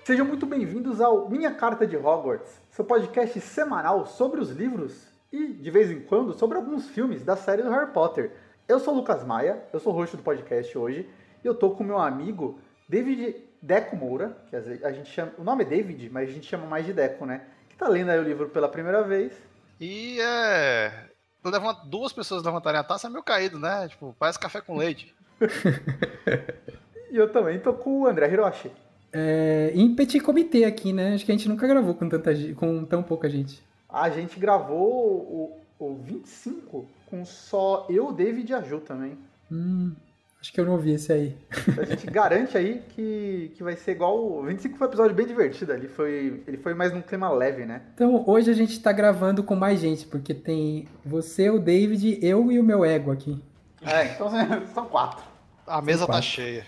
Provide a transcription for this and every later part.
Sejam muito bem-vindos ao Minha Carta de Hogwarts, seu podcast semanal sobre os livros e, de vez em quando, sobre alguns filmes da série do Harry Potter. Eu sou o Lucas Maia, eu sou o host do podcast hoje, e eu tô com o meu amigo David Deco Moura, que a gente chama... O nome é David, mas a gente chama mais de Deco, né? Que tá lendo aí o livro pela primeira vez. E duas pessoas levantarem a taça é meio caído, né? Tipo, parece café com leite. E eu também tô com o André Hiroshi. Em petit comité aqui, né? Acho que a gente nunca gravou com tão pouca gente. A gente gravou o 25 com só eu, David e a Ju também. Acho que eu não ouvi esse aí. A gente garante aí que vai ser igual... O 25 foi um episódio bem divertido, ele foi mais num clima leve, né? Então, hoje a gente tá gravando com mais gente, porque tem você, o David, eu e o meu ego aqui. Então são 4. A mesa tá cheia.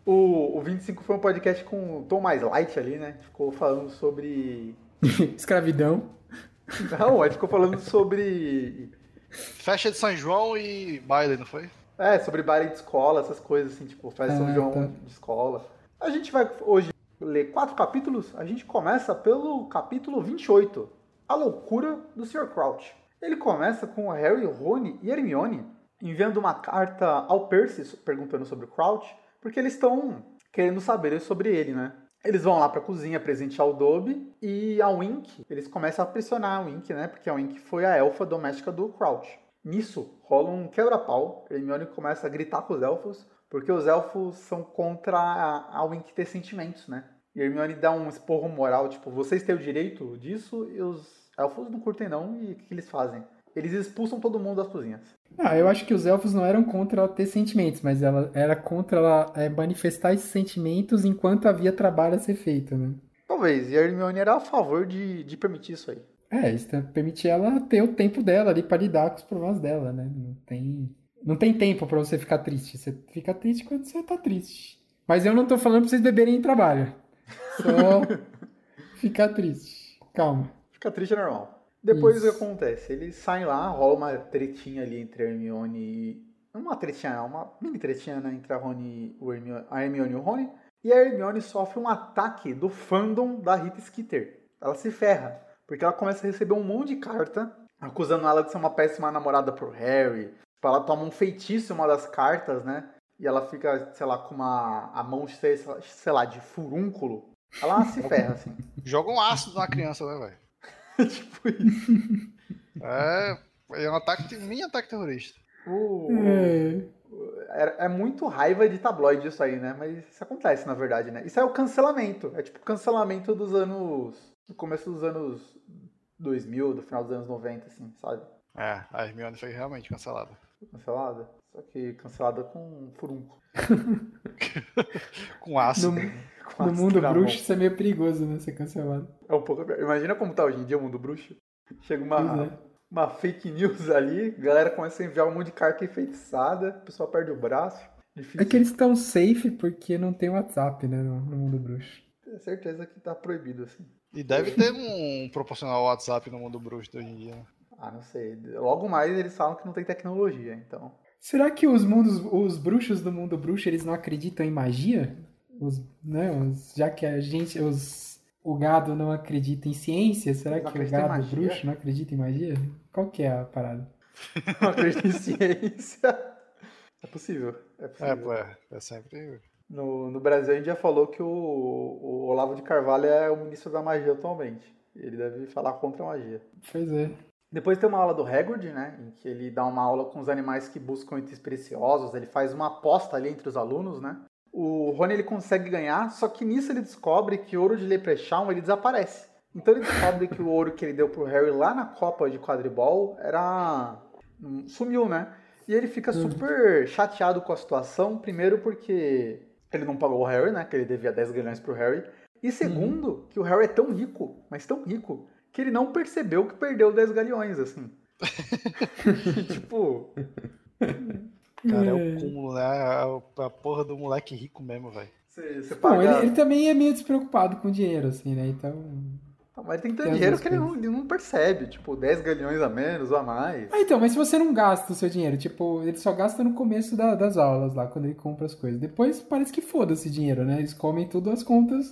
O 25 foi um podcast com um tom mais light ali, né? A gente ficou falando sobre... Escravidão. Não, a gente ficou falando sobre... Festa de São João e baile, não foi? Sobre baile de escola, essas coisas assim, tipo, festa de São João de escola. A gente vai hoje ler 4 capítulos. A gente começa pelo capítulo 28, A Loucura do Sr. Crouch. Ele começa com o Harry, Rony e Hermione enviando uma carta ao Percy perguntando sobre o Crouch, porque eles estão querendo saber sobre ele, né? Eles vão lá pra cozinha presentear o Dobby e a Wink, eles começam a pressionar a Wink, né? Porque a Wink foi a elfa doméstica do Crouch. Nisso, rola um quebra-pau. Hermione começa a gritar com os elfos, porque os elfos são contra a Wink ter sentimentos, né? E Hermione dá um esporro moral, tipo, vocês têm o direito disso, e os elfos não curtem não, e o que eles fazem? Eles expulsam todo mundo das cozinhas. Eu acho que os elfos não eram contra ela ter sentimentos, mas ela era contra ela manifestar esses sentimentos enquanto havia trabalho a ser feito, né? Talvez, e a Hermione era a favor de permitir isso aí. Isso permite ela ter o tempo dela ali pra lidar com os problemas dela, né? Não tem tempo pra você ficar triste. Você fica triste quando você tá triste. Mas eu não tô falando pra vocês beberem em trabalho. Só ficar triste. Calma. Ficar triste é normal. Depois o que acontece? Eles saem lá, rola uma tretinha ali entre a Hermione e... Uma tretinha, uma mini tretinha, né? Entre a Hermione e o Rony. E a Hermione sofre um ataque do fandom da Rita Skeeter. Ela se ferra. Porque ela começa a receber um monte de carta acusando ela de ser uma péssima namorada pro Harry. Ela toma um feitiço em uma das cartas, né? E ela fica, sei lá, com a mão, sei lá, de furúnculo. Ela se ferra, assim. Joga um ácido na criança, né, velho? Tipo isso. É um mini ataque terrorista. É muito raiva de tabloide isso aí, né? Mas isso acontece, na verdade, né? Isso é o cancelamento. É tipo cancelamento dos anos... Do começo dos anos 2000, do final dos anos 90, assim, sabe? A Hermione foi realmente cancelada. Cancelada? Só que cancelada com furúnculo. Com ácido. No mundo bruxo isso é meio perigoso, né? Ser cancelado. É um pouco... Imagina como tá hoje em dia o mundo bruxo. Chega uma fake news ali, a galera começa a enviar um monte de carta enfeitiçada, o pessoal perde o braço. Difícil. É que eles estão safe porque não tem WhatsApp, né? No mundo bruxo. Tenho certeza que tá proibido, assim. E deve ter um proporcional WhatsApp no mundo bruxo de hoje em dia. Não sei. Logo mais eles falam que não tem tecnologia, então... Será que os bruxos do mundo bruxo, eles não acreditam em magia? Já que o gado não acredita em ciência, será que o gado bruxo não acredita em magia? Qual que é a parada? Não acredita em ciência. É possível. É sempre... No Brasil a gente já falou que o Olavo de Carvalho é o ministro da magia atualmente. Ele deve falar contra a magia. Pois é. Depois tem uma aula do Hagrid, né? Em que ele dá uma aula com os animais que buscam itens preciosos. Ele faz uma aposta ali entre os alunos, né? O Rony ele consegue ganhar, só que nisso ele descobre que o ouro de Leprechaun ele desaparece. Então ele descobre que o ouro que ele deu pro Harry lá na Copa de Quadribol sumiu, né? E ele fica super chateado com a situação. Primeiro porque... ele não pagou o Harry, né? Que ele devia 10 galhões pro Harry. E segundo, que o Harry é tão rico, mas tão rico, que ele não percebeu que perdeu 10 galeões, assim. Tipo... Cara, é o cúmulo, né? A porra do moleque rico mesmo, velho. Você paga... ele também é meio despreocupado com dinheiro, assim, né? Então... Mas ele tem que ter dinheiro que ele não percebe. Tipo, 10 galhões a menos ou a mais. Então, mas se você não gasta o seu dinheiro, tipo, ele só gasta no começo das aulas lá, quando ele compra as coisas. Depois parece que foda-se dinheiro, né? Eles comem tudo as contas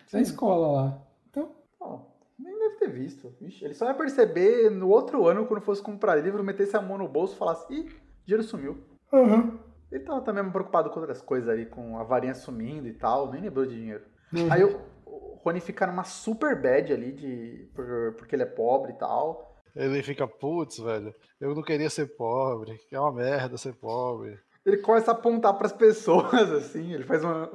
da escola lá. Então... nem deve ter visto. Ixi, ele só ia perceber no outro ano, quando fosse comprar livro, metesse a mão no bolso e falasse, ih, dinheiro sumiu. Ele tava também preocupado com outras coisas ali, com a varinha sumindo e tal, nem lembrou de dinheiro. Aí o Rony fica numa super bad ali, porque ele é pobre e tal. Ele fica, putz, velho, eu não queria ser pobre, é uma merda ser pobre. Ele começa a apontar pras pessoas, assim, ele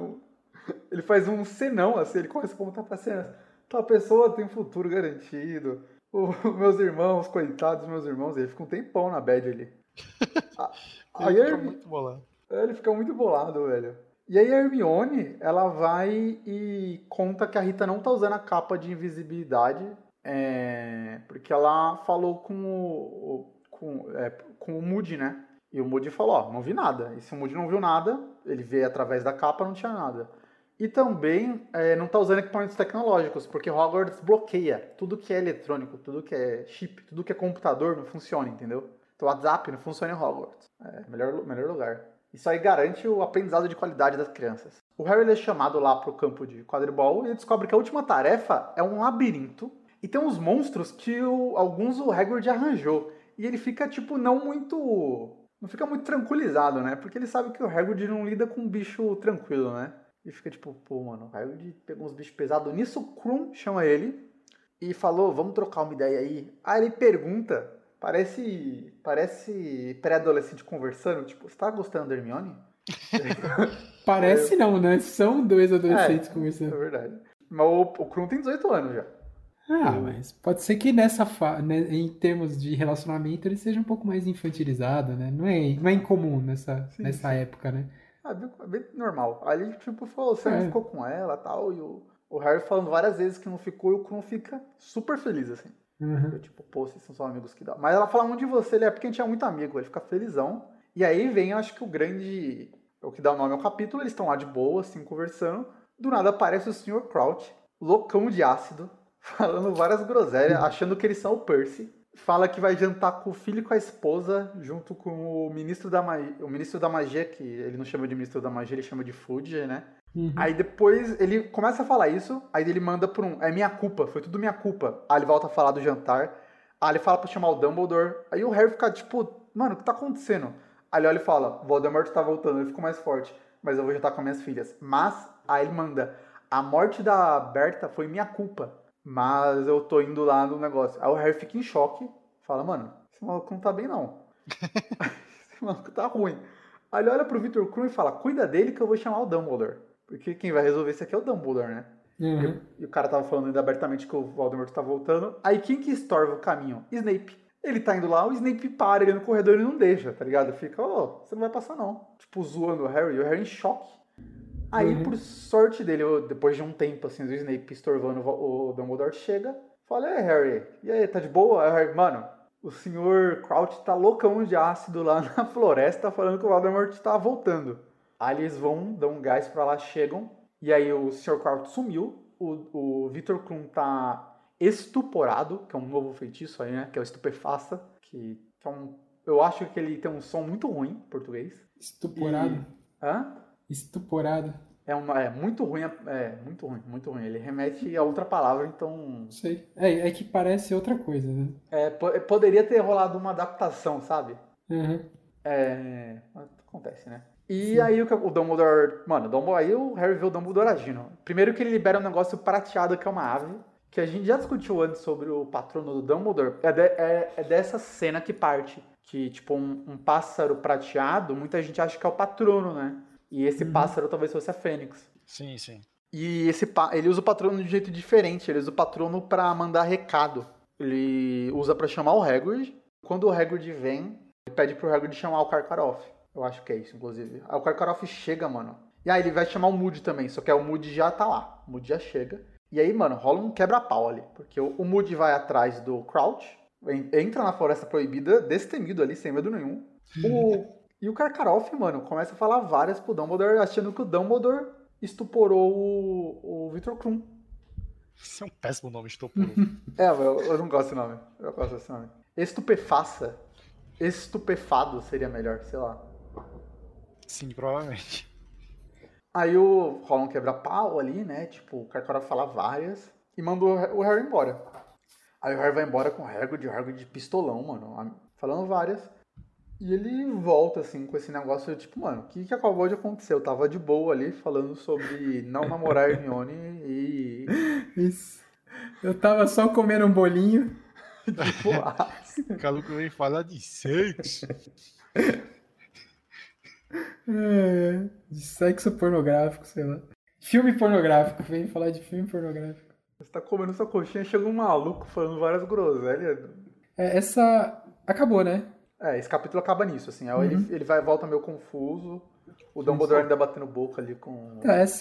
faz um senão, assim, ele começa a apontar pra cena. Tal pessoa tem futuro garantido. Meus irmãos, coitados meus irmãos, ele fica um tempão na bad ali. Ele fica muito bolado. Ele fica muito bolado, velho. E aí a Hermione, ela vai e conta que a Rita não tá usando a capa de invisibilidade, porque ela falou com o Moody, né? E o Moody falou, não vi nada. E se o Moody não viu nada, ele vê através da capa, não tinha nada. E também não tá usando equipamentos tecnológicos, porque Hogwarts bloqueia tudo que é eletrônico, tudo que é chip, tudo que é computador não funciona, entendeu? Então o WhatsApp não funciona em Hogwarts. É melhor lugar. Isso aí garante o aprendizado de qualidade das crianças. O Harry é chamado lá pro campo de quadribol e ele descobre que a última tarefa é um labirinto e tem uns monstros que alguns o Hagrid arranjou. E ele fica, tipo, não fica muito tranquilizado, né? Porque ele sabe que o Hagrid não lida com um bicho tranquilo, né? E fica tipo, pô, mano, o Hagrid pegou uns bichos pesados. Nisso o Krum chama ele e falou, vamos trocar uma ideia aí. Aí ele pergunta, parece pré-adolescente conversando, tipo, você tá gostando da Hermione? Parece não, né? São dois adolescentes conversando. É verdade. Mas o Krum tem 18 anos já. Mas pode ser que em termos de relacionamento ele seja um pouco mais infantilizado, né? Não é incomum nessa época, né? Bem normal. Aí ele tipo falou, você não ficou com ela e tal, e o Harry falando várias vezes que não ficou, e o Krum fica super feliz, assim. Eu, tipo, pô, vocês são só amigos que dá. Mas ela fala muito de você, ele é porque a gente é muito amigo, ele fica felizão. E aí vem, acho que o que dá o nome ao capítulo, eles estão lá de boa, assim, conversando. Do nada aparece o Sr. Crouch, loucão de ácido, falando várias groselhas, achando que eles são o Percy. Fala que vai jantar com o filho e com a esposa, junto com o ministro da magia, que ele não chama de ministro da magia, ele chama de Fudge, né? Aí depois ele começa a falar isso, aí ele manda por é minha culpa, foi tudo minha culpa. Aí ele volta a falar do jantar, aí ele fala pra chamar o Dumbledore, aí o Harry fica tipo, mano, o que tá acontecendo? Aí ele olha e fala, Voldemort tá voltando, ele ficou mais forte, mas eu vou jantar com minhas filhas. Mas, aí ele manda, a morte da Berta foi minha culpa. Mas eu tô indo lá no negócio. Aí o Harry fica em choque. Fala, mano, esse maluco não tá bem, não. Esse maluco tá ruim. Aí ele olha pro Victor Krum e fala, cuida dele que eu vou chamar o Dumbledore. Porque quem vai resolver isso aqui é o Dumbledore, né? E o cara tava falando ainda abertamente que o Voldemort tá voltando. Aí quem que estorva o caminho? Snape. Ele tá indo lá, o Snape para ele no corredor e não deixa, tá ligado? Fica, você não vai passar não. Tipo, zoando o Harry. E o Harry em choque. Aí, por sorte dele, depois de um tempo, assim, do Snape estorvando o Dumbledore, chega, fala, Harry, e aí, tá de boa? Aí o Harry, mano, o Sr. Crouch tá loucão de ácido lá na floresta, falando que o Voldemort tá voltando. Aí eles vão, dão um gás pra lá, chegam, e aí o Sr. Crouch sumiu, o Victor Krum tá estuporado, que é um novo feitiço aí, né, que é o estupefaça, que é eu acho que ele tem um som muito ruim, em português. Estuporado? Hã? Estuporado. É muito ruim, muito ruim. Ele remete a outra palavra, então... Sei. É que parece outra coisa, né? Poderia ter rolado uma adaptação, sabe? Acontece, né? E aí o Dumbledore... Mano, aí o Harry vê o Dumbledore agindo. Primeiro que ele libera um negócio prateado, que é uma ave, que a gente já discutiu antes sobre o patrono do Dumbledore. É dessa cena que parte. Que, tipo, um pássaro prateado, muita gente acha que é o patrono, né? E esse pássaro talvez fosse a Fênix. Sim, sim. E ele usa o patrono de um jeito diferente. Ele usa o patrono pra mandar recado. Ele usa pra chamar o Hagrid. Quando o Hagrid vem, ele pede pro Hagrid chamar o Karkaroff. Eu acho que é isso, inclusive. Aí o Karkaroff chega, mano. E aí ele vai chamar o Moody também. Só que aí o Moody já tá lá. O Moody já chega. E aí, mano, rola um quebra-pau ali. Porque o Moody vai atrás do Crouch. Entra na Floresta Proibida, destemido ali, sem medo nenhum. E o Karkaroff, mano, começa a falar várias pro Dumbledore, achando que o Dumbledore estuporou o Victor Krum. Isso é um péssimo nome, estuporou. Eu não gosto desse nome. Eu gosto desse nome. Estupefaça. Estupefado seria melhor, sei lá. Sim, provavelmente. Aí rola um quebra-pau ali, né? Tipo, o Karkaroff fala várias e manda o Harry embora. Aí o Harry vai embora com o Hagrid de pistolão, mano, falando várias. E ele volta, assim, com esse negócio, tipo, mano, o que acabou de acontecer? Eu tava de boa ali, falando sobre não namorar Hermione e... Isso. Eu tava só comendo um bolinho. de boas. O Caluco vem falar de sexo. De sexo pornográfico, sei lá. Filme pornográfico, vem falar de filme pornográfico. Você tá comendo sua coxinha, chega um maluco falando várias groselhas. Essa acabou, né? Esse capítulo acaba nisso, assim. Aí ele volta meio confuso. O Dumbledore ainda batendo boca ali com...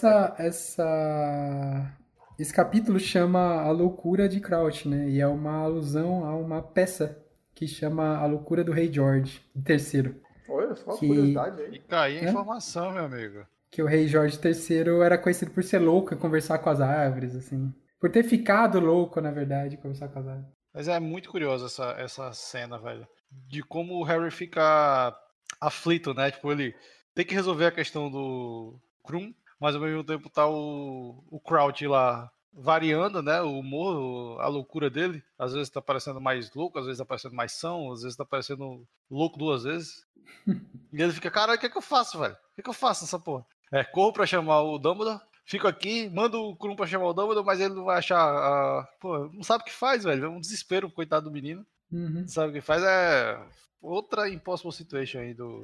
Esse capítulo chama A Loucura de Crouch, né? E é uma alusão a uma peça que chama A Loucura do Rei George, o terceiro. Olha, só uma curiosidade aí. E caiu a informação, meu amigo. Que o Rei George III era conhecido por ser louco e conversar com as árvores, assim. Por ter ficado louco, na verdade, conversar com as árvores. Mas é muito curioso essa cena, velho. De como o Harry fica aflito, né? Tipo, ele tem que resolver a questão do Krum, mas ao mesmo tempo tá o Crouch lá variando, né? O humor, a loucura dele. Às vezes tá parecendo mais louco, às vezes tá parecendo mais são, às vezes tá parecendo louco duas vezes. E ele fica, caralho, o que é que eu faço, velho? O que eu faço nessa porra? Corro pra chamar o Dumbledore, fico aqui, mando o Krum pra chamar o Dumbledore, mas ele não vai achar... Pô, não sabe o que faz, velho. É um desespero, coitado do menino. Uhum. Sabe o que faz? Outra impossible situation aí do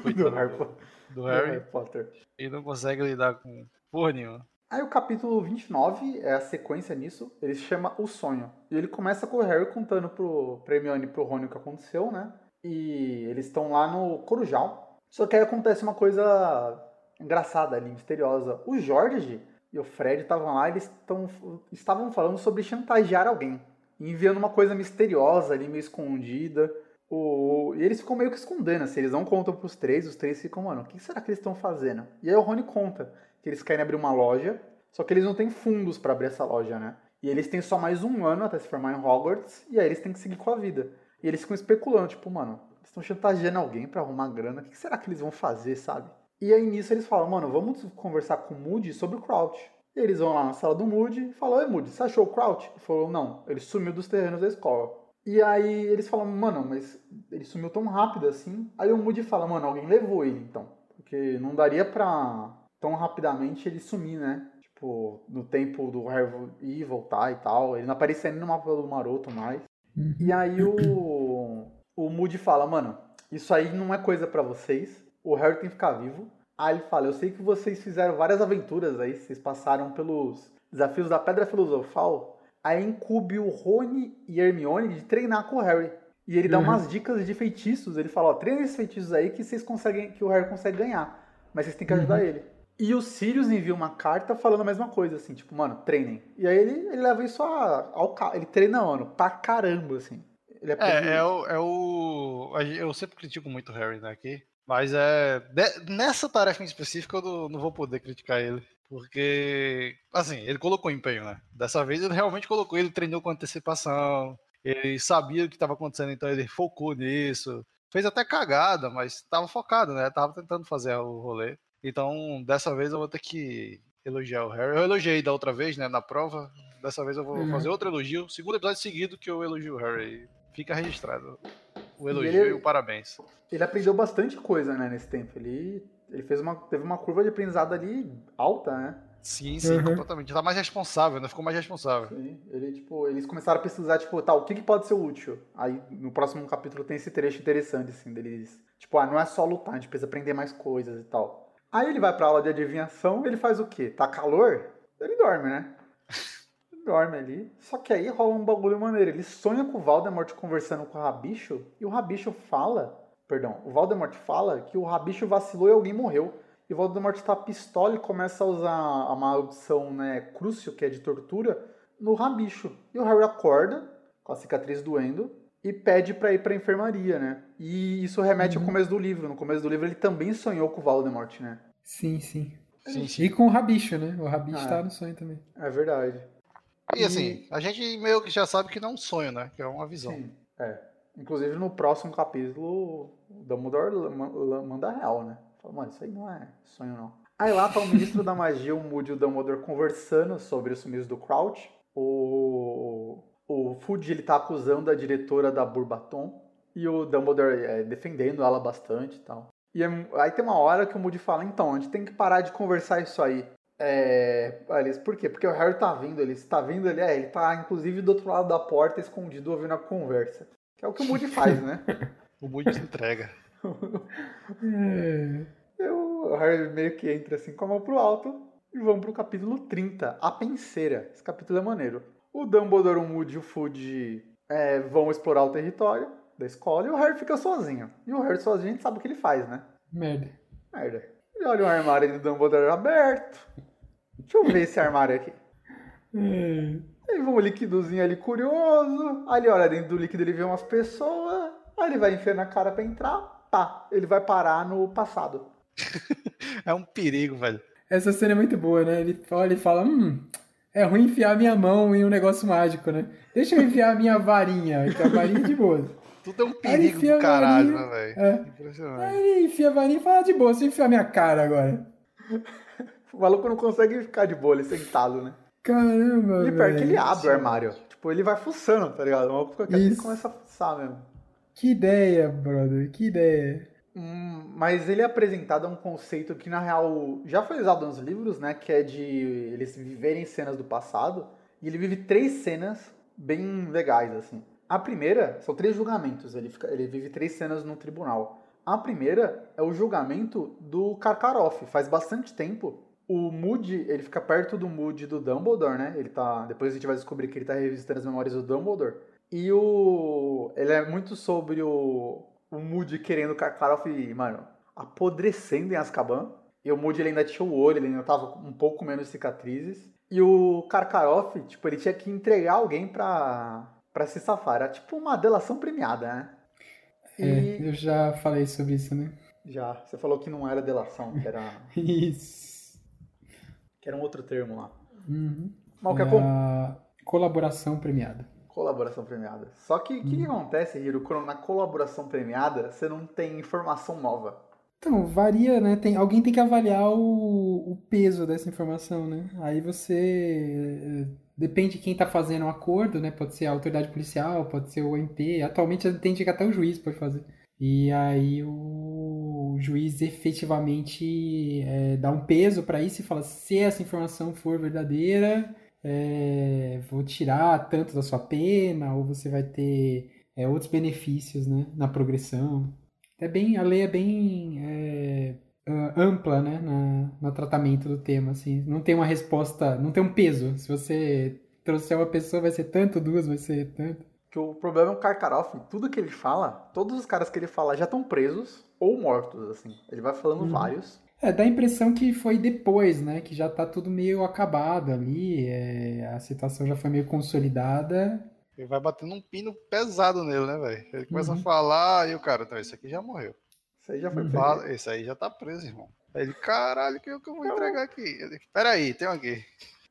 Harry Potter. E não consegue lidar com porra nenhuma. Aí o capítulo 29 é a sequência nisso, ele se chama O Sonho. E ele começa com o Harry contando pra Hermione e pro Rony o que aconteceu, né? E eles estão lá no Corujal. Só que aí acontece uma coisa engraçada ali, misteriosa. O George e o Fred estavam lá, eles estavam falando sobre chantagear alguém. Enviando uma coisa misteriosa ali, meio escondida. E eles ficam meio que escondendo, assim, eles não contam pros três, os três ficam, mano, o que será que eles estão fazendo? E aí o Rony conta que eles querem abrir uma loja, só que eles não têm fundos pra abrir essa loja, né? E eles têm só mais um ano até se formar em Hogwarts, e aí eles têm que seguir com a vida. E eles ficam especulando, tipo, mano, eles estão chantageando alguém pra arrumar grana, o que será que eles vão fazer, sabe? E aí nisso eles falam, mano, vamos conversar com o Moody sobre o Crouch. E eles vão lá na sala do Moody e falam, oi Moody, você achou o Crouch? Ele falou, não, ele sumiu dos terrenos da escola. E aí eles falam, mano, mas ele sumiu tão rápido assim. Aí o Moody fala, mano, alguém levou ele então. Porque não daria pra tão rapidamente ele sumir, né? Tipo, no tempo do Harry ir e voltar e tal. Ele não aparecia nem no mapa do Maroto mais. E aí o Moody fala, mano, isso aí não é coisa pra vocês. O Harry tem que ficar vivo. Aí ele fala, eu sei que vocês fizeram várias aventuras aí. Vocês passaram pelos desafios da Pedra Filosofal. Aí incube o Rony e Hermione de treinar com o Harry. E ele dá umas dicas de feitiços. Ele fala, ó, treina esses feitiços aí que o Harry consegue ganhar. Mas vocês têm que ajudar ele. E o Sirius envia uma carta falando a mesma coisa, assim, tipo, mano, treinem. E aí ele leva isso ao carro. Ele treina, mano, pra caramba, assim. Ele eu sempre critico muito o Harry, né, aqui. Mas nessa tarefa em específico eu não vou poder criticar ele. Porque, assim, ele colocou empenho, né? Dessa vez ele realmente colocou, ele treinou com antecipação, ele sabia o que estava acontecendo, então ele focou nisso. Fez até cagada, mas estava focado, né? Tava tentando fazer o rolê. Então, dessa vez eu vou ter que elogiar o Harry. Eu elogiei da outra vez, né, na prova. Dessa vez eu vou fazer outro elogio. Segundo episódio seguido que eu elogio o Harry. Fica registrado o elogio e o parabéns. Ele aprendeu bastante coisa, né, nesse tempo. Ele teve uma curva de aprendizado ali alta, né? Sim, completamente. Tá mais responsável, né? Ficou mais responsável. Sim, eles começaram a pesquisar, tipo, tá, o que pode ser útil? Aí, no próximo capítulo tem esse trecho interessante, assim, deles... Tipo, não é só lutar, a gente precisa aprender mais coisas e tal. Aí ele vai pra aula de adivinhação, ele faz o quê? Tá calor? Ele dorme, né? Ele dorme ali. Só que aí rola um bagulho maneiro. Ele sonha com o Voldemort conversando com o Rabicho, e o Rabicho fala... Perdão, o Voldemort fala que o Rabicho vacilou e alguém morreu. E o Voldemort tá pistola e começa a usar a maldição, né, Crucio, que é de tortura, no Rabicho. E o Harry acorda, com a cicatriz doendo, e pede pra ir pra enfermaria, né? E isso remete ao começo do livro. No começo do livro ele também sonhou com o Voldemort, né? Sim. E com o Rabicho, né? O Rabicho tá no sonho também. É verdade. E assim, a gente meio que já sabe que não é um sonho, né? Que é uma visão. Sim, Inclusive no próximo capítulo, o Dumbledore manda real, né? Fala, mano, isso aí não é sonho, não. Aí lá tá o ministro da magia, o Moody e o Dumbledore conversando sobre os sumiços do Crouch. O Fudge, ele tá acusando a diretora da Bourbaton. E o Dumbledore defendendo ela bastante e tal. E aí tem uma hora que o Moody fala, então, a gente tem que parar de conversar isso aí. Por quê? Porque o Harry tá vindo, ele tá inclusive do outro lado da porta, escondido, ouvindo a conversa. Que é o que o Moody faz, né? O Moody se entrega. O Harry meio que entra assim com a mão pro alto e vamos pro capítulo 30, A Penseira. Esse capítulo é maneiro. O Dumbledore, o Moody e o Fudge vão explorar o território da escola e o Harry fica sozinho. E o Harry sozinho, a gente sabe o que ele faz, né? Merda. Ele olha o armário do Dumbledore aberto. Deixa eu ver esse armário aqui. Aí vê um líquidozinho ali curioso. Aí ele olha dentro do líquido, ele vê umas pessoas. Aí ele vai enfiando a cara pra entrar. Ele vai parar no passado. É um perigo, velho. Essa cena é muito boa, né? Ele olha e fala, é ruim enfiar minha mão em um negócio mágico, né? Deixa eu enfiar a minha varinha, que a varinha é de boa. Tudo é um perigo do caralho, né, velho? Impressionante. Aí ele enfia a varinha e fala, de boa, você enfia a minha cara agora. O maluco não consegue ficar de boa, ele sentado, né? Caramba, E pior que ele abre o armário. Tipo, ele vai fuçando, tá ligado? O maluco fica quieto e começa a fuçar mesmo. Que ideia, brother, que ideia. Mas ele é apresentado a um conceito que, na real, já foi usado nos livros, né? Que é de eles viverem cenas do passado. E ele vive 3 cenas bem legais, assim. A primeira, são 3 julgamentos. Ele vive 3 cenas no tribunal. A primeira é o julgamento do Karkaroff. Faz bastante tempo. O Moody, ele fica perto do Moody do Dumbledore, né? Depois a gente vai descobrir que ele tá revisitando as memórias do Dumbledore. E ele é muito sobre o Moody querendo o Karkaroff, mano, apodrecendo em Azkaban. E o Moody, ele ainda tinha o olho, ele ainda tava um pouco menos cicatrizes. E o Karkaroff, tipo, ele tinha que entregar alguém pra se safar. Era tipo uma delação premiada, né? Eu já falei sobre isso, né? Já. Você falou que não era delação, que era... Isso. Que era um outro termo lá. Uhum. Mas o que colaboração premiada. Colaboração premiada. Só que o que acontece, Hiro, quando na colaboração premiada você não tem informação nova? Então, varia, né? Alguém tem que avaliar o peso dessa informação, né? Aí você... Depende de quem está fazendo o acordo, né? Pode ser a autoridade policial, pode ser o MP. Atualmente entende que até o juiz pode fazer. E aí o juiz efetivamente dá um peso para isso e fala, se essa informação for verdadeira, vou tirar tanto da sua pena, ou você vai ter outros benefícios, né? Na progressão. A lei é bem ampla, né, no tratamento do tema, assim, não tem uma resposta, não tem um peso, se você trouxer uma pessoa vai ser tanto, 2 vai ser tanto. Que o problema é o Karkaroff, tudo que ele fala, todos os caras que ele fala já estão presos ou mortos, assim, ele vai falando vários. Dá a impressão que foi depois, né, que já tá tudo meio acabado ali, a situação já foi meio consolidada. Ele vai batendo um pino pesado nele, né, velho? Ele começa a falar e o cara, então, esse aqui já morreu. Esse aí já foi preso. Esse aí já tá preso, irmão. Aí ele, caralho, que eu vou entregar aqui? Ele, peraí, tem um aqui.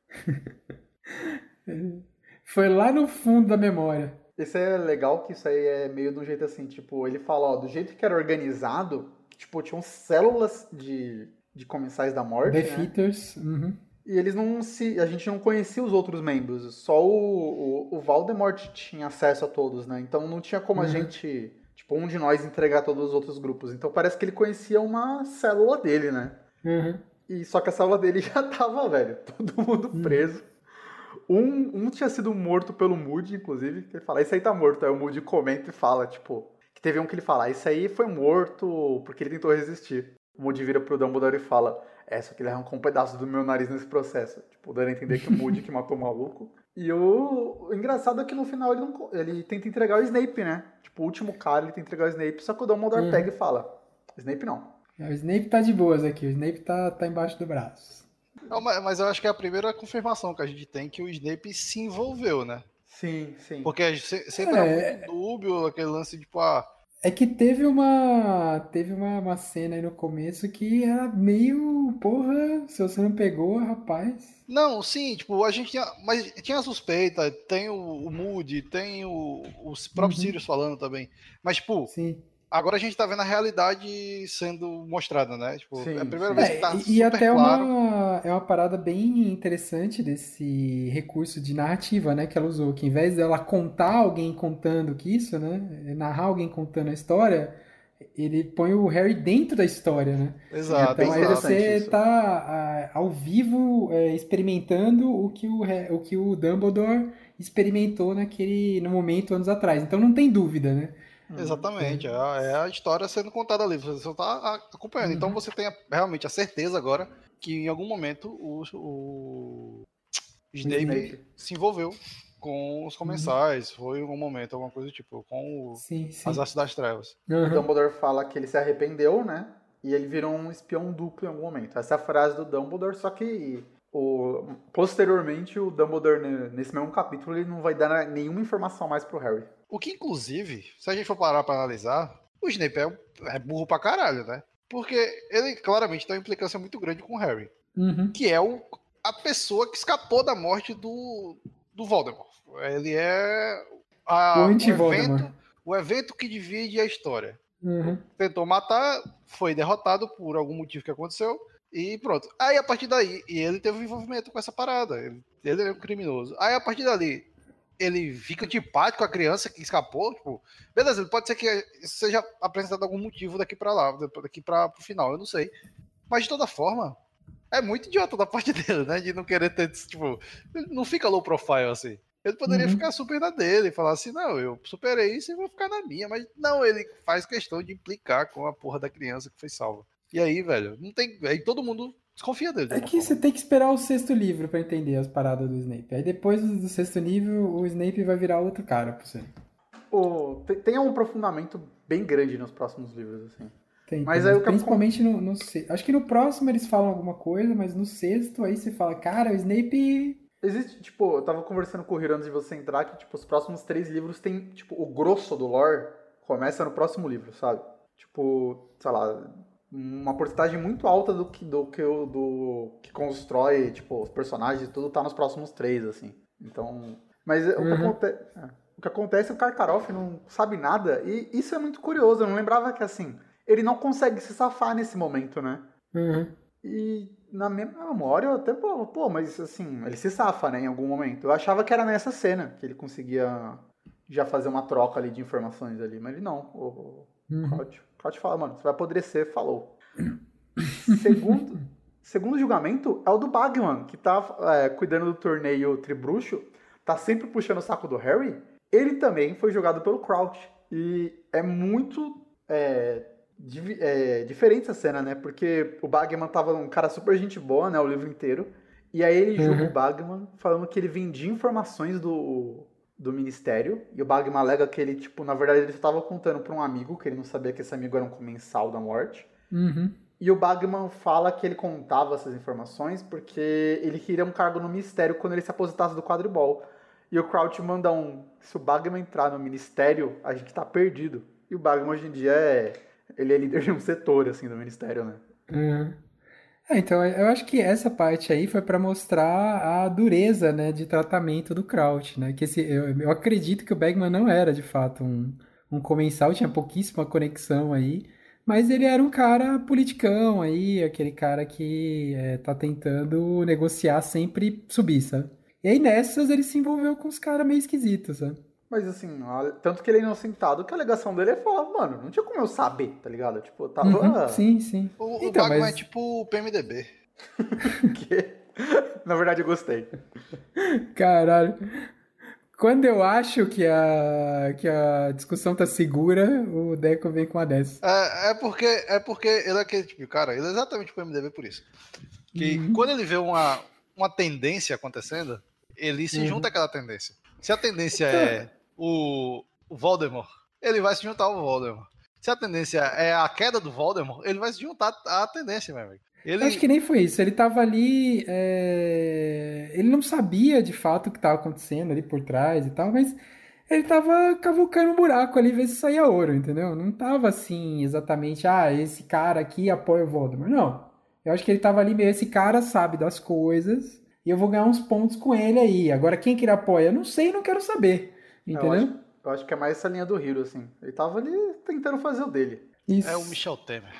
Foi lá no fundo da memória. Esse é legal, que isso aí é meio de um jeito assim, tipo, ele fala, ó, do jeito que era organizado, tipo, tinham células de comensais da morte, Death Eaters. Uhum. E eles a gente não conhecia os outros membros, só o Voldemort tinha acesso a todos, né? Então não tinha como a gente, tipo, um de nós entregar todos os outros grupos. Então parece que ele conhecia uma célula dele, né? E só que a célula dele já tava, velho, todo mundo preso. Um tinha sido morto pelo Moody, inclusive, que ele fala, esse aí tá morto. Aí o Moody comenta e fala, tipo, que teve um que ele fala, esse aí foi morto porque ele tentou resistir. O Moody vira pro Dumbledore e fala, só que ele arrancou um pedaço do meu nariz nesse processo. Tipo, dando a entender que o Moody que matou o maluco. E o engraçado é que no final ele tenta entregar o Snape, né? Tipo, o último cara, ele tenta entregar o Snape, só que o Dumbledore pega e fala, Snape não. O Snape tá de boas aqui, o Snape tá embaixo do braço. Não, mas eu acho que é a primeira confirmação que a gente tem que o Snape se envolveu, né? Sim, sim. Porque sempre era muito dúbio, aquele lance de, tipo, É que teve uma cena aí no começo que era meio, porra, se você não pegou, rapaz. Não, sim, tipo, a gente tinha a suspeita, tem o Moody, tem os próprios Sirius falando também. Mas, tipo, sim. agora a gente tá vendo a realidade sendo mostrada, né? Tipo, Sim, é a primeira sim. vez que tá E super até claro. é uma parada bem interessante desse recurso de narrativa, né, que ela usou, que em vez dela contar alguém contando que isso, né, narrar alguém contando a história, ele põe o Harry dentro da história, né? Sim, é Exato, bem Então aí exato. interessante você isso. tá ao vivo experimentando o que o Dumbledore experimentou no momento anos atrás. Então não tem dúvida, né? Uhum. Exatamente, é a história sendo contada ali, você só tá acompanhando. Então Uhum. você tem realmente a certeza agora que em algum momento o O Snape Snape. Snape. se envolveu com os Uhum. comensais, foi um momento, alguma coisa do tipo, com Sim, as sim. Artes das Trevas. O Uhum. Dumbledore fala que ele se arrependeu, né? E ele virou um espião duplo em algum momento. Essa é a frase do Dumbledore, só que posteriormente o Dumbledore, nesse mesmo capítulo, ele não vai dar nenhuma informação mais pro Harry. O que, inclusive, se a gente for parar pra analisar, o Snape é burro pra caralho, né? Porque ele claramente tem uma implicância muito grande com o Harry, Uhum. que é a pessoa que escapou da morte do Voldemort. Ele é O o anti-Voldemort. evento que divide a história. Uhum. Tentou matar, foi derrotado por algum motivo que aconteceu, e pronto. Aí a partir daí, e ele teve um envolvimento com essa parada. Ele é um criminoso. Aí a partir dali, ele fica antipático com a criança que escapou. Tipo, beleza, pode ser que seja apresentado algum motivo daqui pra lá, daqui para o final, eu não sei. Mas de toda forma, é muito idiota da parte dele, né? De não querer ter, tipo, ele não fica low profile assim. Ele poderia Uhum. ficar super na dele e falar assim, não, eu superei isso e vou ficar na minha. Mas não, ele faz questão de implicar com a porra da criança que foi salva. E aí, velho, não tem. Aí todo mundo desconfia dele de É alguma que forma. você tem que esperar o sexto livro pra entender as paradas do Snape. Aí depois do sexto nível, o Snape vai virar outro cara pra você. Tem um aprofundamento bem grande nos próximos livros, assim. Tem, Mas aí mas o que acontece. principalmente no sexto. Acho que no próximo eles falam alguma coisa, mas no sexto aí você fala, cara, o Snape. Existe, tipo, eu tava conversando com o Hiro antes de você entrar que, tipo, os próximos 3 livros tem, tipo, o grosso do lore começa no próximo livro, sabe? Tipo, sei lá, uma porcentagem muito alta do que constrói, tipo, os personagens e tudo tá nos próximos 3, assim. Então, mas Uhum, o que acontece é que o Karkaroff não sabe nada e isso é muito curioso, eu não lembrava que, assim, ele não consegue se safar nesse momento, né? uhum. E na minha memória eu até falava, pô, mas assim, ele se safa, né, em algum momento. Eu achava que era nessa cena que ele conseguia já fazer uma troca ali de informações ali, mas ele não. O Uhum. Crouch fala, mano, você vai apodrecer, falou. Segundo, segundo julgamento é o do Bagman, que tá cuidando do torneio Tribruxo, tá sempre puxando o saco do Harry. Ele também foi julgado pelo Crouch. E é muito diferente essa cena, né? Porque o Bagman tava um cara super gente boa, né? O livro inteiro. E aí ele julga o Uhum. Bagman falando que ele vendia informações do Ministério. E o Bagman alega que ele, tipo, na verdade ele estava contando pra um amigo, que ele não sabia que esse amigo era um comensal da morte. Uhum. E o Bagman fala que ele contava essas informações porque ele queria um cargo no Ministério quando ele se aposentasse do quadribol. E o Crouch manda se o Bagman entrar no Ministério, a gente tá perdido. E o Bagman hoje em dia ele é líder de um setor, assim, do Ministério, né? Uhum. Então eu acho que essa parte aí foi pra mostrar a dureza, né, de tratamento do Crouch, né? Que eu acredito que o Bagman não era de fato um comensal, tinha pouquíssima conexão aí, mas ele era um cara politicão aí, aquele cara que tá tentando negociar sempre subir, sabe? E aí nessas ele se envolveu com os caras meio esquisitos, sabe? Mas assim, tanto que ele é inocentado que a alegação dele é falar, mano, não tinha como eu saber, tá ligado? Tipo, eu Uhum, tava. sim, sim. O Então, Bagman é mas, tipo o PMDB. que... Na verdade, eu gostei. caralho. Quando eu acho que a discussão tá segura, o Deco vem com a dessa. É porque ele é aquele tipo de cara, ele é exatamente o PMDB por isso. Que quando Uhum, ele vê uma tendência acontecendo, ele se junta uhum. àquela tendência. Se a tendência Então, é o Voldemort, ele vai se juntar ao Voldemort. Se a tendência é a queda do Voldemort, ele vai se juntar à tendência, meu amigo. eu acho Ele. que nem foi isso. Ele tava ali. Ele não sabia de fato o que tava acontecendo ali por trás e tal, mas ele tava cavucando um buraco ali, ver se saía ouro, entendeu? Não tava assim exatamente, esse cara aqui apoia o Voldemort. Não. Eu acho que ele tava ali meio, esse cara sabe das coisas e eu vou ganhar uns pontos com ele aí. Agora, quem que ele apoia? Eu não sei, não quero saber, Eu acho, entendeu? Eu acho que é mais essa linha do Hiro, assim. Ele tava ali tentando fazer o dele. Isso. É o Michel Temer.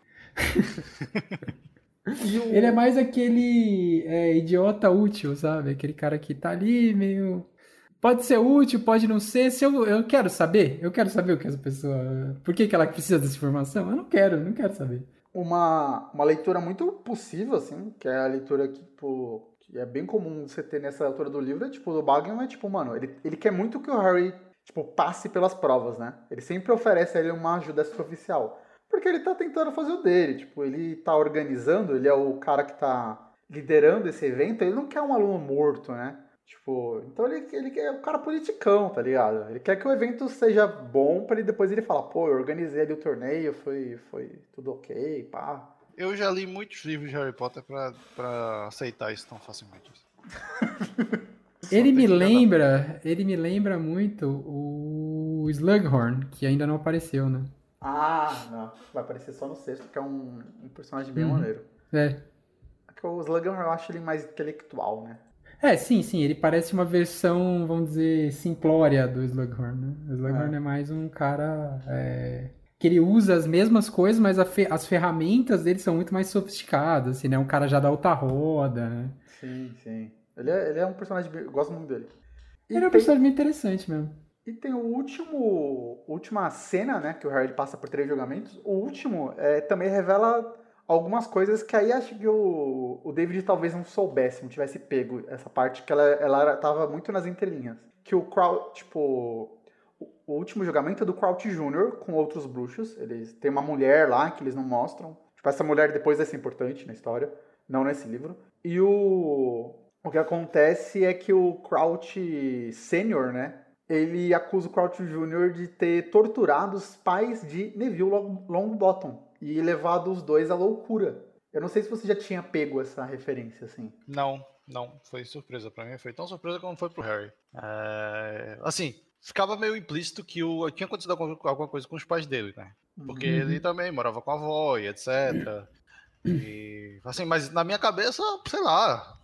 Ele é mais aquele idiota útil, sabe? Aquele cara que tá ali meio... Pode ser útil, pode não ser. Se eu quero saber o que essa pessoa... Por que ela precisa dessa informação? Eu não quero saber. Uma leitura muito possível, assim, que é a leitura que, tipo, que é bem comum você ter nessa altura do livro, é tipo, do Bagman é tipo, mano, ele quer muito que o Harry, tipo, passe pelas provas, né? Ele sempre oferece a ele uma ajuda extraoficial. Porque ele tá tentando fazer o dele, tipo, ele tá organizando, ele é o cara que tá liderando esse evento, ele não quer um aluno morto, né? Tipo, então ele quer o cara politicão, tá ligado? Ele quer que o evento seja bom pra depois ele falar, pô, eu organizei ali o torneio, foi tudo ok, pá. Eu já li muitos livros de Harry Potter pra aceitar isso tão facilmente. Ele me lembra muito o Slughorn, que ainda não apareceu, né? Ah, não. Vai aparecer só no sexto, que é um personagem bem maneiro. É. Porque o Slughorn eu acho ele mais intelectual, né? Sim, ele parece uma versão, vamos dizer, simplória do Slughorn, né? O Slughorn é mais um cara que ele usa as mesmas coisas, mas as ferramentas dele são muito mais sofisticadas, assim, né? Um cara já da alta roda, né? Sim. Ele é um personagem, eu gosto muito dele. Ele é um personagem bem interessante mesmo. E tem última cena, né, que o Harry passa por 3 julgamentos. O último também revela algumas coisas que aí acho que o David talvez não soubesse, não tivesse pego essa parte, que ela tava muito nas entrelinhas. Que o Crouch, tipo, o último julgamento é do Crouch Jr. com outros bruxos. Eles tem uma mulher lá que eles não mostram. Tipo, essa mulher depois vai ser importante na história, não nesse livro. E o que acontece é que o Crouch Sênior, né, ele acusa o Crouch Jr. de ter torturado os pais de Neville Longbottom e levado os dois à loucura. Eu não sei se você já tinha pego essa referência, assim. Não, foi surpresa pra mim. Foi tão surpresa como foi pro Harry. Assim, ficava meio implícito que tinha acontecido alguma coisa com os pais dele, né? Porque ele também morava com a avó e etc. E, assim, mas na minha cabeça, sei lá,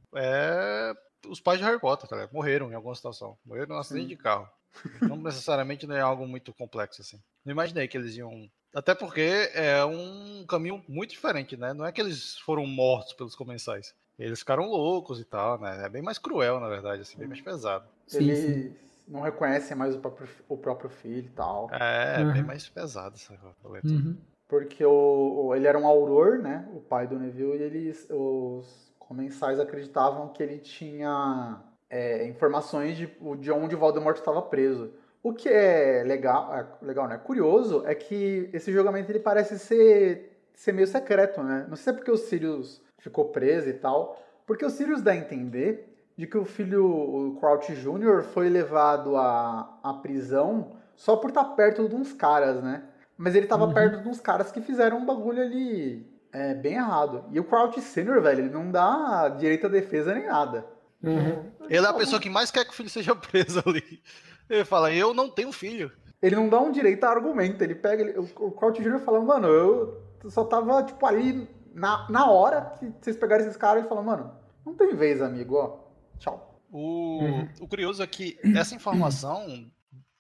os pais de Harry Potter, tá ligado? Morreram em alguma situação. Morreram num acidente de carro. Não necessariamente não é algo muito complexo, assim. Não imaginei que eles iam... Até porque é um caminho muito diferente, né? Não é que eles foram mortos pelos comensais. Eles ficaram loucos e tal, né? É bem mais cruel, na verdade, assim, bem mais pesado. Eles não reconhecem mais o próprio filho e tal. Bem mais pesado essa letra. Porque ele era um auror, né? O pai do Neville, e os comensais acreditavam que ele tinha informações de onde o Voldemort estava preso. O que é legal, né? Curioso é que esse julgamento ele parece ser meio secreto, né? Não sei se é porque o Sirius ficou preso e tal, porque o Sirius dá a entender de que o filho, o Crouch Jr., foi levado à prisão só por estar perto de uns caras, né? Mas ele tava perto de uns caras que fizeram um bagulho ali bem errado. E o Crouch Senior, velho, ele não dá direito à defesa nem nada. Ele é a pessoa que mais quer que o filho seja preso ali. Ele fala, eu não tenho filho. Ele não dá um direito a argumento. Ele pega. O Crouch Jr. fala, mano, eu só tava, tipo, ali na hora que vocês pegaram esses caras e falam, mano, não tem vez, amigo, ó. Tchau. O curioso é que essa informação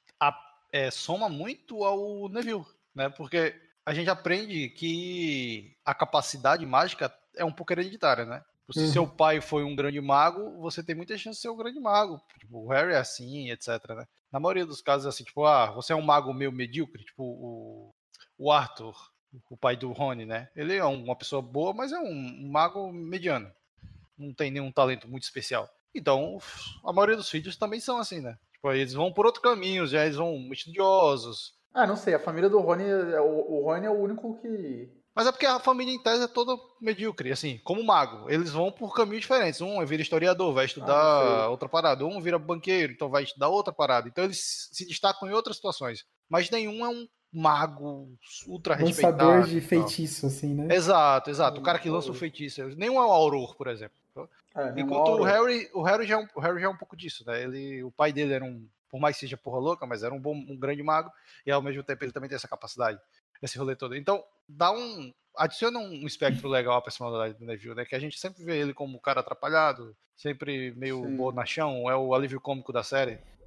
soma muito ao Neville, né? Porque a gente aprende que a capacidade mágica é um pouco hereditária, né? Se seu pai foi um grande mago, você tem muita chance de ser um grande mago. Tipo, o Harry é assim, etc, né? Na maioria dos casos é assim, tipo, você é um mago meio medíocre, tipo o Arthur, o pai do Rony, né? Ele é uma pessoa boa, mas é um mago mediano. Não tem nenhum talento muito especial. Então, a maioria dos filhos também são assim, né? Tipo, eles vão por outro caminho, já eles vão estudiosos. Não sei, a família do Rony, o Rony é o único que... Mas é porque a família em tese é toda medíocre, assim, como mago. Eles vão por caminhos diferentes. Um vira historiador, vai estudar outra parada. Um vira banqueiro, então vai estudar outra parada. Então eles se destacam em outras situações. Mas nenhum é um mago ultra respeitado. Lançador de feitiço, assim, né? Exato. O cara que lança o feitiço. Nenhum é o Auror, por exemplo. Enquanto o Harry já é um pouco disso, né? O pai dele era por mais que seja porra louca, mas era um grande mago. E ao mesmo tempo ele também tem essa capacidade. Esse rolê todo. Então, adiciona um espectro legal à personalidade do Neville, né? Que a gente sempre vê ele como um cara atrapalhado, sempre meio bonachão, é o alívio cômico da série.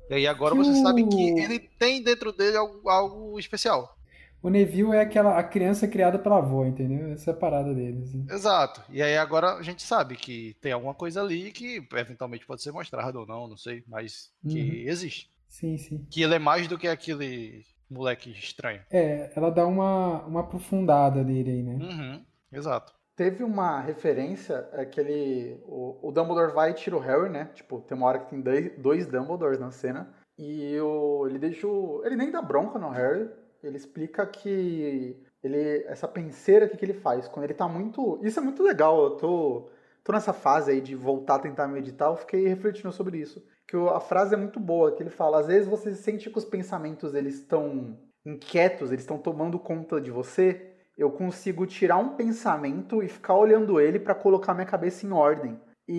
E aí agora Que você sabe que ele tem dentro dele algo especial. O Neville é a criança criada pela avó, entendeu? Essa é a parada dele. Assim. Exato. E aí agora a gente sabe que tem alguma coisa ali que eventualmente pode ser mostrado ou não sei, mas que existe. Sim, sim. Que ele é mais do que aquele moleque estranho. Ela dá uma aprofundada nele aí, né? Uhum, exato. Teve uma referência que o Dumbledore vai e tira o Harry, né? Tipo, tem uma hora que tem dois Dumbledores na cena. E ele deixa ele nem dá bronca no Harry. Ele explica que essa penseira que ele faz. Quando ele tá muito... Isso é muito legal. Eu tô nessa fase aí de voltar a tentar meditar. Eu fiquei refletindo sobre isso. Que a frase é muito boa. Que ele fala, às vezes você sente que os pensamentos eles estão inquietos. Eles estão tomando conta de você. Eu consigo tirar um pensamento e ficar olhando ele para colocar minha cabeça em ordem.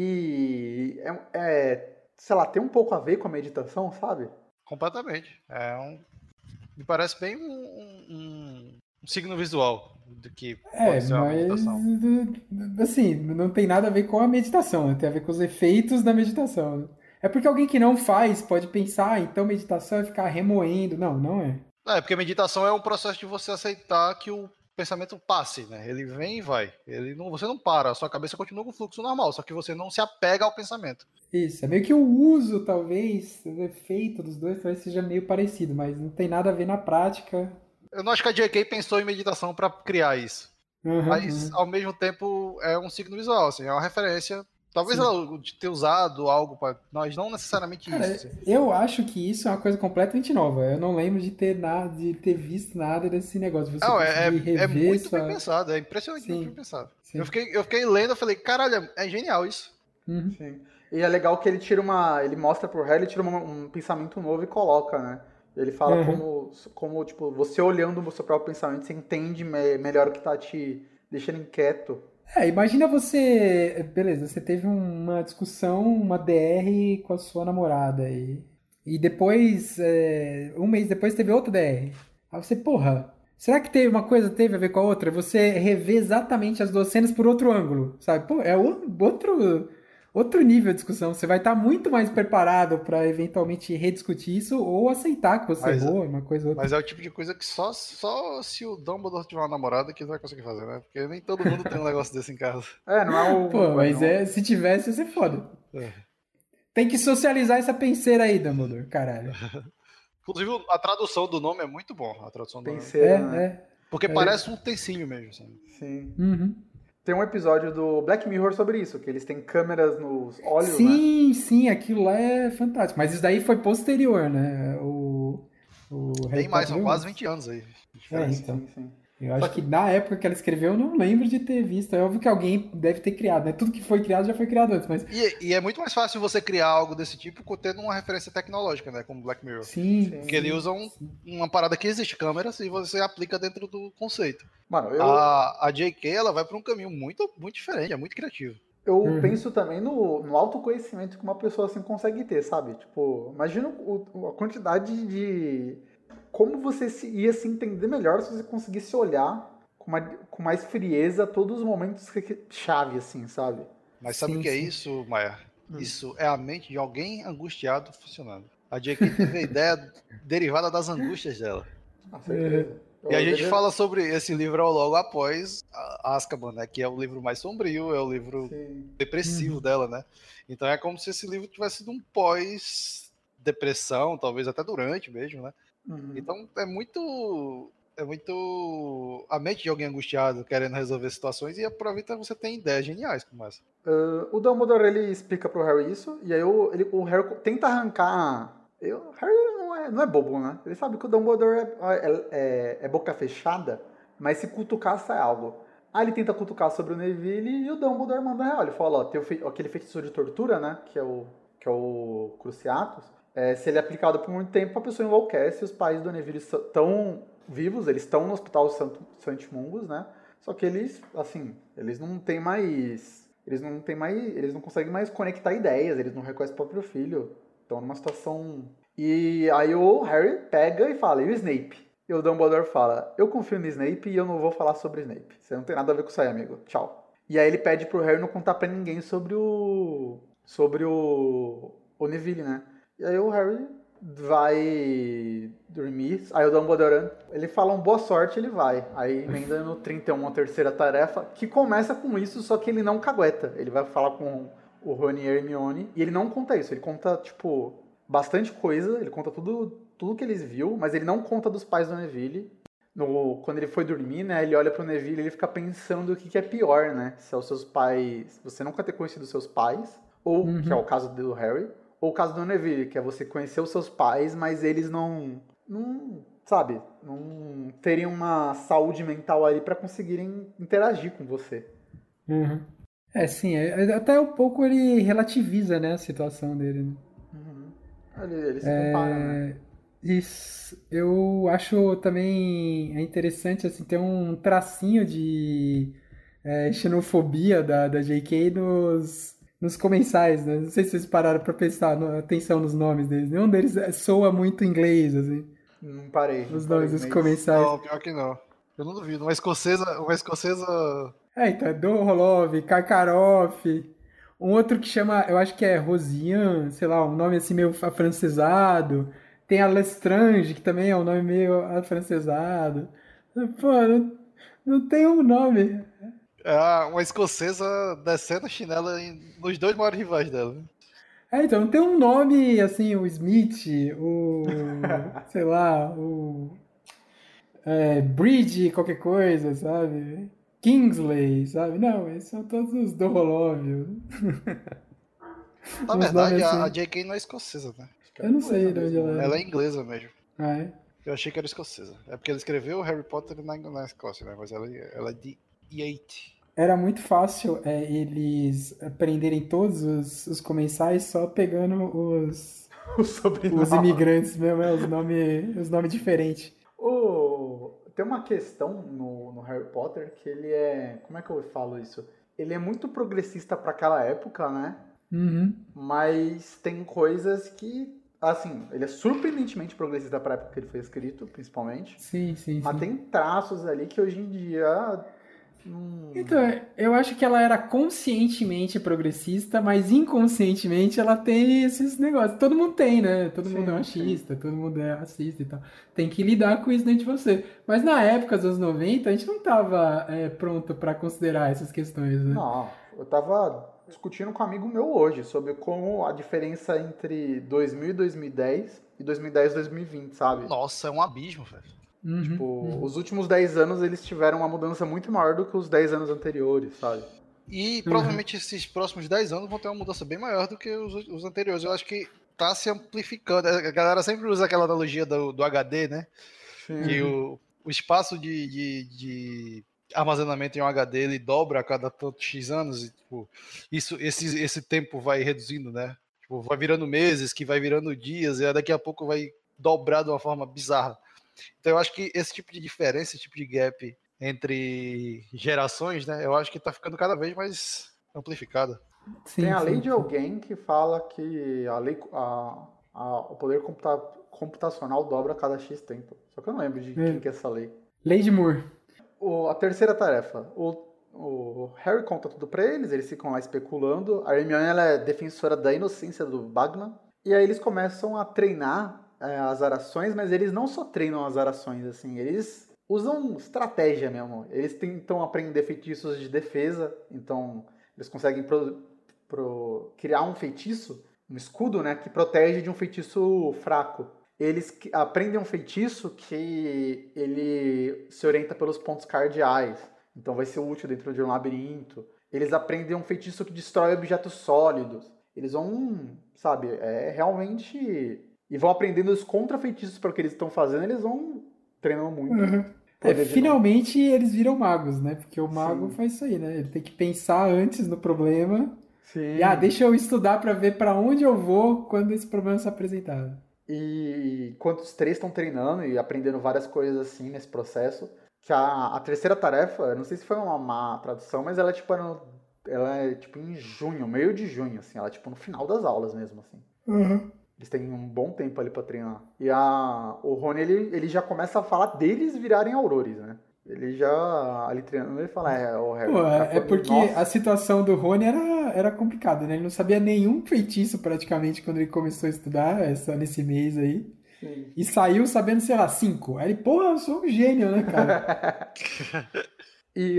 E sei lá, tem um pouco a ver com a meditação, sabe? Completamente. Me parece bem um signo visual do que pode ser uma meditação. Assim, não tem nada a ver com a meditação, né? Tem a ver com os efeitos da meditação. Né? É porque alguém que não faz pode pensar, então meditação é ficar remoendo. Não, não é. Porque meditação é um processo de você aceitar que o pensamento passe, né? Ele vem e vai. Você não para, a sua cabeça continua com o fluxo normal, só que você não se apega ao pensamento. Isso, é meio que o uso, talvez, o efeito dos dois talvez seja meio parecido, mas não tem nada a ver na prática. Eu não acho que a J.K. pensou em meditação para criar isso. Mas, ao mesmo tempo, é um signo visual, assim, é uma referência. Talvez ela ter usado algo para nós, não necessariamente Cara, isso. Assim. Eu acho que isso é uma coisa completamente nova. Eu não lembro de ter visto nada desse negócio. Você é muito bem pensado, é impressionantemente bem pensado. Eu fiquei lendo e falei, caralho, é genial isso. Sim. E é legal que ele ele mostra pro Harry, ele tira um pensamento novo e coloca, né? Ele fala como, tipo, você olhando o seu próprio pensamento, você entende melhor o que tá te deixando inquieto. Imagina você... Beleza, você teve uma discussão, uma DR com a sua namorada e depois, um mês depois, teve outra DR. Aí você, porra, será que teve a ver com a outra? Você revê exatamente as duas cenas por outro ângulo, sabe? Pô, é outro nível de discussão. Você vai estar muito mais preparado para eventualmente rediscutir isso ou aceitar que você errou, uma coisa ou outra. Mas é o tipo de coisa que só se o Dumbledore tiver uma namorada que ele vai conseguir fazer, né? Porque nem todo mundo tem um negócio desse em casa. Não é o... Pô, mas se tivesse, ia ser foda. Tem que socializar essa penseira aí, Dumbledore, caralho. Inclusive, a tradução do nome é muito bom. A tradução do penseira, né? Porque parece um utensílio mesmo. Assim. Sim. Uhum. Tem um episódio do Black Mirror sobre isso, que eles têm câmeras nos olhos, sim, né? Sim, aquilo lá é fantástico. Mas isso daí foi posterior, né? Tem mais, são quase 20 anos aí. Então. Sim. Eu acho que na época que ela escreveu, eu não lembro de ter visto. É óbvio que alguém deve ter criado, né? Tudo que foi criado já foi criado antes, mas... E é muito mais fácil você criar algo desse tipo tendo uma referência tecnológica, né? Como Black Mirror. Sim. Porque ele usa uma parada que existe, câmeras, e você aplica dentro do conceito. Mano, A J.K., ela vai para um caminho muito, muito diferente, é muito criativo. Eu penso também no autoconhecimento que uma pessoa assim consegue ter, sabe? Tipo, imagina a quantidade de... Como você ia se entender melhor se você conseguisse olhar com mais frieza todos os momentos chave, assim, sabe? Mas sabe o que é isso, Maia? Isso é a mente de alguém angustiado funcionando. A J.K. teve a ideia derivada das angústias dela. Certeza. E a gente fala sobre esse livro logo após Azkaban, né? Que é o livro mais sombrio, é o livro depressivo dela, né? Então é como se esse livro tivesse sido um pós-depressão, talvez até durante mesmo, né? Então é muito a mente de alguém angustiado querendo resolver situações e aproveita você tem ideias geniais como essa. O Dumbledore, ele explica pro Harry isso, e aí o Harry tenta arrancar... O Harry não é bobo, né? Ele sabe que o Dumbledore é boca fechada, mas se cutucar sai algo. Aí ele tenta cutucar sobre o Neville e o Dumbledore manda real. Ele fala, ó, tem aquele feitiço de tortura, né? Que é o Cruciatus. Se ele é aplicado por muito tempo, a pessoa enlouquece. Os pais do Neville estão vivos, eles estão no Hospital Santimungus, né? Só que eles não têm mais... Eles não conseguem mais conectar ideias, eles não reconhecem o próprio filho. Estão numa situação... E aí o Harry pega e fala, e o Snape? E o Dumbledore fala, eu confio no Snape e eu não vou falar sobre o Snape. Você não tem nada a ver com isso aí, amigo. Tchau. E aí ele pede pro Harry não contar pra ninguém sobre o Neville, né? E aí o Harry vai dormir. Aí o Dumbledore, ele fala boa sorte, ele vai. Aí emenda no 31 a terceira tarefa, que começa com isso, só que ele não cagueta. Ele vai falar com o Rony e a Hermione, e ele não conta isso. Ele conta, tipo, bastante coisa, ele conta tudo que eles viu, mas ele não conta dos pais do Neville. Quando ele foi dormir, né, ele olha pro Neville e ele fica pensando o que é pior, né? Se é os seus pais... Você nunca ter conhecido os seus pais, ou, que é o caso do Harry, ou o caso do Neville, que é você conhecer os seus pais, mas eles não sabe, não teriam uma saúde mental ali pra conseguirem interagir com você. Uhum. Sim, até um pouco ele relativiza, né, a situação dele, né? Ele se compara, né? Isso, eu acho também interessante, assim, ter um tracinho de xenofobia da J.K. nos comensais, né? Não sei se vocês pararam pra prestar atenção nos nomes deles. Nenhum deles soa muito inglês, assim. Não parei. Os nomes dos comensais. Não, pior que não. Eu não duvido. Uma escocesa... Então, é Dorolov, Karkaroff. Um outro que chama, eu acho que é Rosian, sei lá, um nome assim meio afrancesado. Tem a Lestrange, que também é um nome meio afrancesado. Pô, não tem um nome. É uma escocesa descendo a chinela nos dois maiores rivais dela. Então, não tem um nome assim, o Smith, sei lá, Bridge, qualquer coisa, sabe? Kingsley, sabe? Não, esses são todos os Dorolov. Na verdade, a J.K. não é escocesa, né? Eu não sei de onde ela é. Ela é inglesa mesmo. Ah, é? Eu achei que era escocesa. É porque ela escreveu Harry Potter na Escócia, né? Mas ela é de Yate. Era muito fácil eles aprenderem todos os comensais só pegando os imigrantes mesmo, os nomes diferentes. Tem uma questão no Harry Potter que ele é... Como é que eu falo isso? Ele é muito progressista para aquela época, né? Uhum. Mas tem coisas que... Assim, ele é surpreendentemente progressista para a época que ele foi escrito, principalmente. Sim. Mas tem traços ali que hoje em dia... Então, eu acho que ela era conscientemente progressista, mas inconscientemente ela tem esses negócios. Todo mundo tem, né? Todo mundo é machista, todo mundo é racista e tal. Tem que lidar com isso dentro de você. Mas na época dos anos 90, a gente não tava pronto pra considerar essas questões, né? Não, eu tava discutindo com um amigo meu hoje sobre como a diferença entre 2000 e 2010 e 2010 e 2020, sabe? Nossa, é um abismo, velho. Os últimos 10 anos eles tiveram uma mudança muito maior do que os 10 anos anteriores, sabe? E provavelmente esses próximos 10 anos vão ter uma mudança bem maior do que os anteriores. Eu acho que tá se amplificando. A galera sempre usa aquela analogia do HD, né? Sim. Que o espaço de armazenamento em um HD ele dobra a cada tantos X anos. E, tipo, esse tempo vai reduzindo, né? Tipo, vai virando meses, que vai virando dias, e daqui a pouco vai dobrar de uma forma bizarra. Então eu acho que esse tipo de diferença, esse tipo de gap entre gerações, né? Eu acho que tá ficando cada vez mais amplificada. Tem a lei de alguém que fala que o poder computacional dobra a cada X tempo. Só que eu não lembro de quem que é essa lei. Lei de Moore. A terceira tarefa. O Harry conta tudo pra eles ficam lá especulando. A Hermione ela é defensora da inocência do Bagman. E aí eles começam a treinar as arações, mas eles não só treinam as arações, assim, eles usam estratégia mesmo. Eles tentam aprender feitiços de defesa, então eles conseguem criar um feitiço, um escudo, né, que protege de um feitiço fraco. Eles aprendem um feitiço que ele se orienta pelos pontos cardeais, então vai ser útil dentro de um labirinto. Eles aprendem um feitiço que destrói objetos sólidos. Eles vão, sabe, realmente... E vão aprendendo os contra-feitiços para o que eles estão fazendo, eles vão treinando muito. Finalmente eles viram magos, né? Porque o mago faz isso aí, né? Ele tem que pensar antes no problema. Sim. E deixa eu estudar para ver para onde eu vou quando esse problema se apresentar. E enquanto os três estão treinando e aprendendo várias coisas assim nesse processo, que a terceira tarefa, eu não sei se foi uma má tradução, mas ela é tipo em junho, meio de junho, assim. Ela é tipo no final das aulas mesmo, assim. Eles têm um bom tempo ali pra treinar. E o Rony, ele já começa a falar deles virarem aurores, né? Ele já, ali treinando, ele fala, o Harry... Pô, porque a situação do Rony era complicado, né? Ele não sabia nenhum feitiço praticamente quando ele começou a estudar nesse mês aí. Sim. E saiu sabendo, sei lá, 5. Aí ele, porra, eu sou um gênio, né, cara? E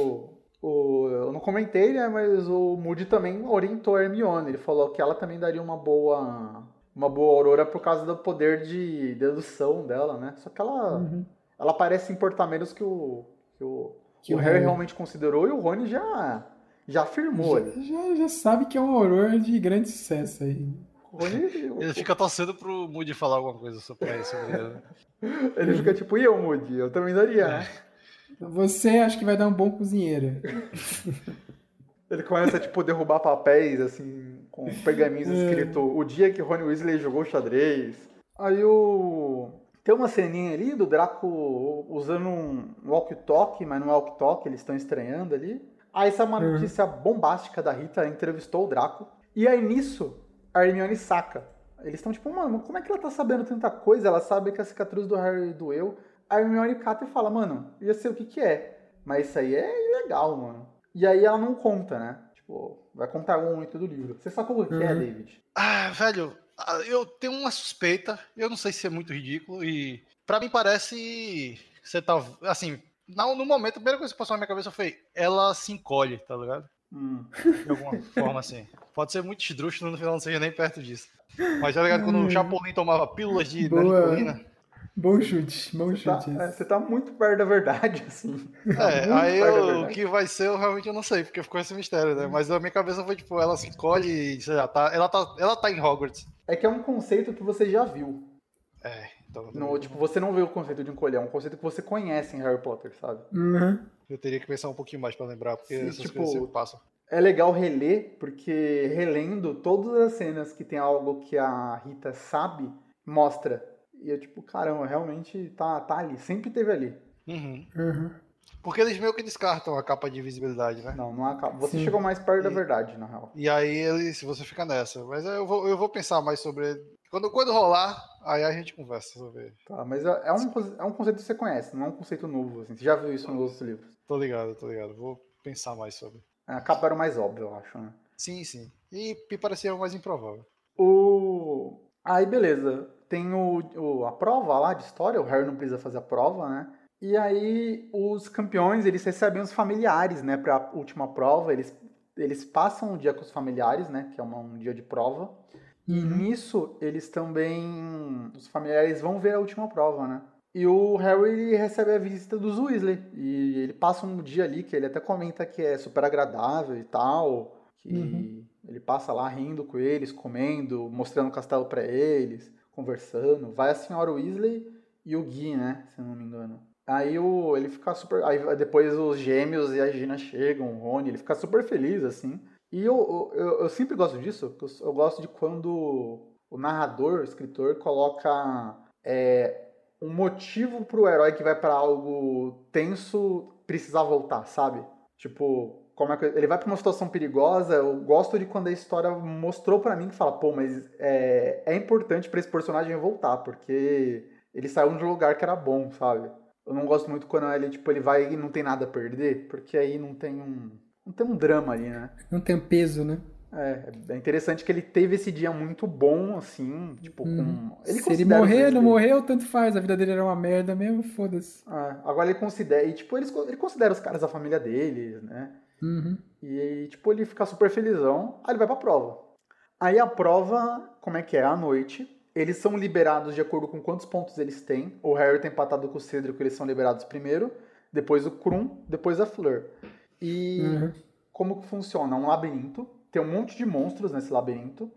eu não comentei, né, mas o Moody também orientou a Hermione. Ele falou que ela também daria uma boa Aurora por causa do poder de dedução dela, né? Só que ela parece se importar menos que o Harry realmente considerou e o Rony já afirmou ali. Já sabe que é um horror de grande sucesso aí. Ele fica torcendo pro Moody falar alguma coisa sobre ele. Ele fica tipo, e eu, Moody? Eu também daria, né? Você acha que vai dar um bom cozinheiro. Ele começa, tipo, derrubar papéis, assim, com pergaminhos escrito o dia que Rony Weasley jogou xadrez. Aí tem uma ceninha ali do Draco usando um walkie-talkie, mas não é walkie-talkie, eles estão estranhando ali. Aí essa é uma notícia bombástica da Rita, ela entrevistou o Draco. E aí nisso, a Hermione saca. Eles estão tipo, mano, como é que ela tá sabendo tanta coisa? Ela sabe que a cicatriz do Harry doeu. A Hermione cata e fala, mano, eu sei o que é. Mas isso aí é ilegal, mano. E aí ela não conta, né? Tipo, vai contar muito do livro. Você sabe o que é, David? Ah, velho, eu tenho uma suspeita. Eu não sei se é muito ridículo. E pra mim parece... Você tá... Assim, no momento, a primeira coisa que passou na minha cabeça foi... Ela se encolhe, tá ligado? De alguma forma, assim. Pode ser muito esdrúxulo, no final não seja nem perto disso. Mas tá ligado? Quando o Chapolin tomava pílulas de nanicolina... Bom chute. Você tá muito perto da verdade, assim. Aí o que vai ser, eu realmente não sei, porque ficou esse mistério, né? Mas a minha cabeça foi tipo, ela se encolhe e ela tá em Hogwarts. É que é um conceito que você já viu. Então... Tipo, você não vê o conceito de encolher, é um conceito que você conhece em Harry Potter, sabe? Eu teria que pensar um pouquinho mais pra lembrar, porque essas tipo, coisas sempre passam. É legal reler, porque relendo todas as cenas que tem algo que a Rita sabe, mostra. E eu tipo, caramba, realmente tá ali, sempre teve ali. Porque eles meio que descartam a capa de invisibilidade, né? Não há capa. Você chegou mais perto da verdade, na real. E aí se você fica nessa. Mas eu vou pensar mais sobre... Quando rolar, aí a gente conversa sobre... Tá, mas é um conceito que você conhece, não é um conceito novo, assim. Você já viu isso nos outros livros. Tô ligado. Vou pensar mais sobre. A capa era o mais óbvio, eu acho, né? Sim. E me parecia o mais improvável. Aí, beleza. Tem a prova lá de história, o Harry não precisa fazer a prova, né? E aí, os campeões, eles recebem os familiares, né? Pra última prova, eles passam o dia com os familiares, né? Que é um dia de prova. E nisso, eles também... Os familiares vão ver a última prova, né? E o Harry, ele recebe a visita dos Weasley. E ele passa um dia ali, que ele até comenta que é super agradável e tal. Que ele passa lá rindo com eles, comendo, mostrando o castelo pra eles, conversando. Vai a senhora Weasley e o Gui, né? Se eu não me engano. Aí ele fica super... Aí depois os gêmeos e a Gina chegam, o Rony, ele fica super feliz, assim. E eu sempre gosto disso, eu gosto de quando o narrador, o escritor, coloca um motivo pro herói que vai pra algo tenso precisar voltar, sabe? Tipo, ele vai pra uma situação perigosa, eu gosto de quando a história mostrou pra mim que fala, pô, mas é importante pra esse personagem voltar, porque ele saiu de um lugar que era bom, sabe? Eu não gosto muito quando ele vai e não tem nada a perder, porque aí não tem um drama ali, né? Não tem peso, né? É interessante que ele teve esse dia muito bom, assim, tipo, Se ele morrer, não morreu, tanto faz. A vida dele era uma merda mesmo, foda-se. Agora ele considera, e tipo, ele considera os caras da família dele, né? E tipo, ele fica super felizão, aí ele vai pra prova. Aí a prova, como é que é? À noite, eles são liberados de acordo com quantos pontos eles têm. O Harry tem empatado com o Cedric, eles são liberados primeiro, depois o Krum, depois a Fleur. E como que funciona? Um labirinto. Tem um monte de monstros nesse labirinto.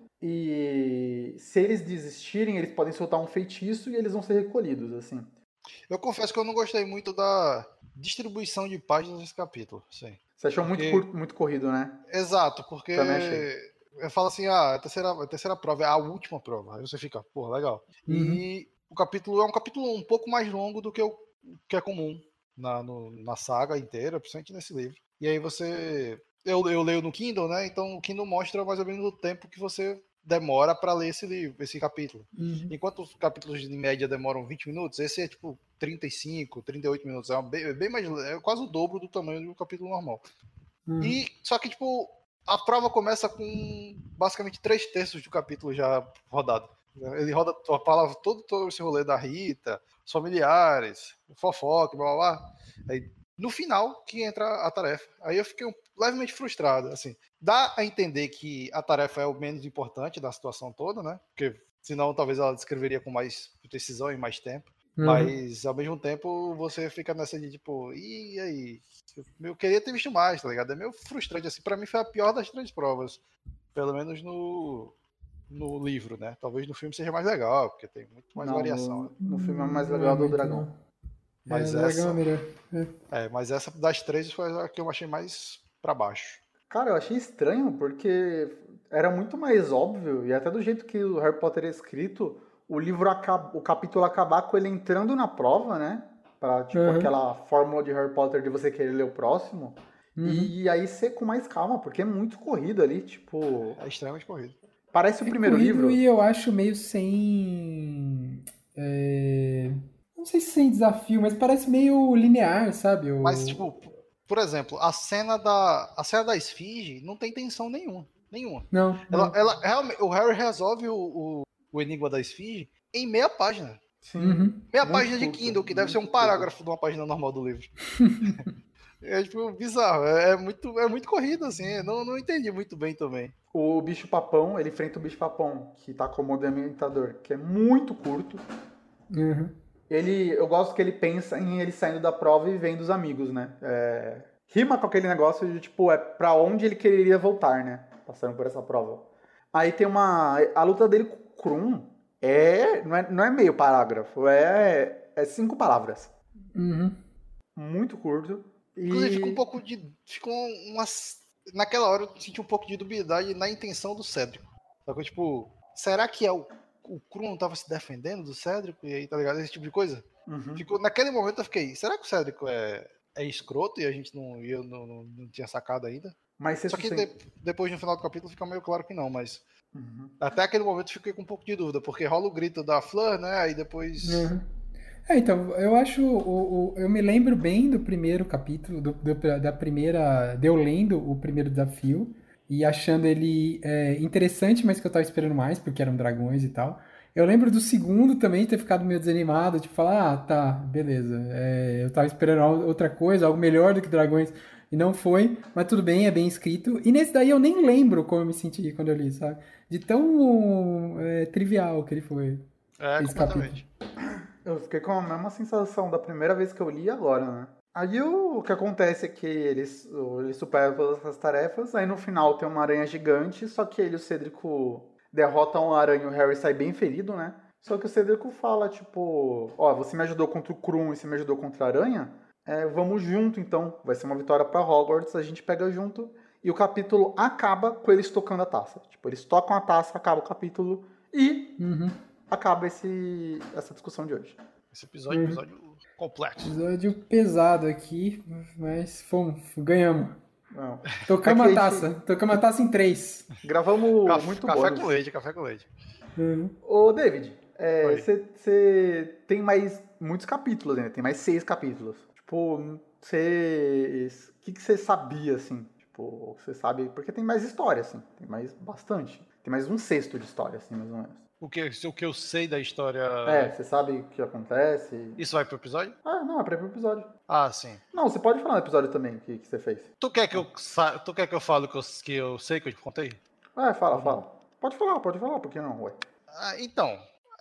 E se eles desistirem, eles podem soltar um feitiço e eles vão ser recolhidos, assim. Eu confesso que eu não gostei muito da distribuição de páginas desse capítulo. Sim. Você achou muito corrido, né? Exato, porque eu falo assim, a terceira prova é a última prova. Aí você fica, pô, legal. E o capítulo é um capítulo um pouco mais longo do que o que é comum na saga inteira, principalmente nesse livro. E aí eu leio no Kindle, né? Então o Kindle mostra mais ou menos o tempo que você demora para ler esse capítulo. Enquanto os capítulos de média demoram 20 minutos, esse é tipo 35, 38 minutos. É bem mais, é quase o dobro do tamanho do capítulo normal. E só que tipo a prova começa com basicamente 3/3 do capítulo já rodado. Ele roda a palavra todo esse rolê da Rita, os familiares, fofoca, blá blá blá. Aí, no final que entra a tarefa. Aí eu fiquei levemente frustrado. Assim, dá a entender que a tarefa é o menos importante da situação toda, né? Porque senão talvez ela descreveria com mais precisão e mais tempo. Mas ao mesmo tempo você fica nessa de tipo, e aí? Eu queria ter visto mais, tá ligado? É meio frustrante. Assim, pra mim foi a pior das 3 provas. Pelo menos no livro, né? Talvez no filme seja mais legal, porque tem muito mais variação. No filme é mais legal do dragão. Não. Mas dragão é melhor. mas essa das 3 foi a que eu achei mais pra baixo. Cara, eu achei estranho porque era muito mais óbvio, e até do jeito que o Harry Potter é escrito, o capítulo acabar com ele entrando na prova, né? Pra, tipo, aquela fórmula de Harry Potter de você querer ler o próximo. E aí ser com mais calma, porque é muito corrido ali, tipo... É extremamente corrido. Parece o primeiro livro. E eu acho meio sem... Não sei se sem desafio, mas parece meio linear, sabe? Mas, tipo, por exemplo, a cena da Esfinge não tem tensão nenhuma. Não. Ela realmente, o Harry resolve o enigma da Esfinge em meia página. Sim. Meia página de Kindle, que deve ser um parágrafo de uma página normal do livro. É tipo bizarro, é muito corrido, assim, não entendi muito bem também. O bicho-papão, ele enfrenta o bicho-papão, que tá como dementador, que é muito curto. Eu gosto que ele pensa em ele saindo da prova e vendo os amigos, né? Rima com aquele negócio de, tipo, pra onde ele quereria voltar, né? Passando por essa prova. Aí tem a luta dele com o Krum não é meio parágrafo, é 5 palavras. Muito curto. Inclusive, naquela hora eu senti um pouco de dubiedade na intenção do Cédric. Só que, tipo, será que o Krum não tava se defendendo do Cédric? E aí, tá ligado? Esse tipo de coisa. Naquele momento eu fiquei, será que o Cédric é escroto e a gente não tinha sacado ainda? Mas só que depois no final do capítulo fica meio claro que não, mas até aquele momento eu fiquei com um pouco de dúvida, porque rola o grito da Fleur, né? Aí depois... Então, eu acho. Eu me lembro bem do primeiro capítulo, da primeira. De eu lendo o primeiro desafio e achando ele interessante, mas que eu tava esperando mais, porque eram dragões e tal. Eu lembro do segundo também ter ficado meio desanimado, tipo, falar, tá, beleza. Eu tava esperando outra coisa, algo melhor do que dragões, e não foi, mas tudo bem, é bem escrito. E nesse daí eu nem lembro como eu me senti quando eu li, sabe? De tão trivial que ele foi. Esse completamente. Capítulo. Eu fiquei com a mesma sensação da primeira vez que eu li agora, né? Aí o que acontece é que eles superam todas essas tarefas, aí no final tem uma aranha gigante, só que ele e o Cédrico derrotam a aranha e o Harry sai bem ferido, né? Só que o Cédrico fala, tipo, você me ajudou contra o Krum e você me ajudou contra a aranha, vamos junto então, vai ser uma vitória pra Hogwarts, a gente pega junto, e o capítulo acaba com eles tocando a taça. Tipo, eles tocam a taça, acaba o capítulo e... acaba essa discussão de hoje. Esse episódio complexo. Episódio pesado aqui, mas ganhamos. Tocamos a taça em 3. Gravamos muito café bônus. Café com leite. Ô, David, você tem mais muitos capítulos, né? Tem mais 6 capítulos. Tipo, o que você sabia, assim? Tipo, você sabe... Porque tem mais história, assim. Tem mais bastante. Tem mais 1/6 de história, assim, mais ou menos. O que eu sei da história... você sabe o que acontece. Isso vai pro episódio? Não, é pra ir pro episódio. Sim. Não, você pode falar no episódio também, o que você fez. Tu quer que eu fale que eu sei, que eu te contei? Fala. Pode falar, por que não, ué? Então,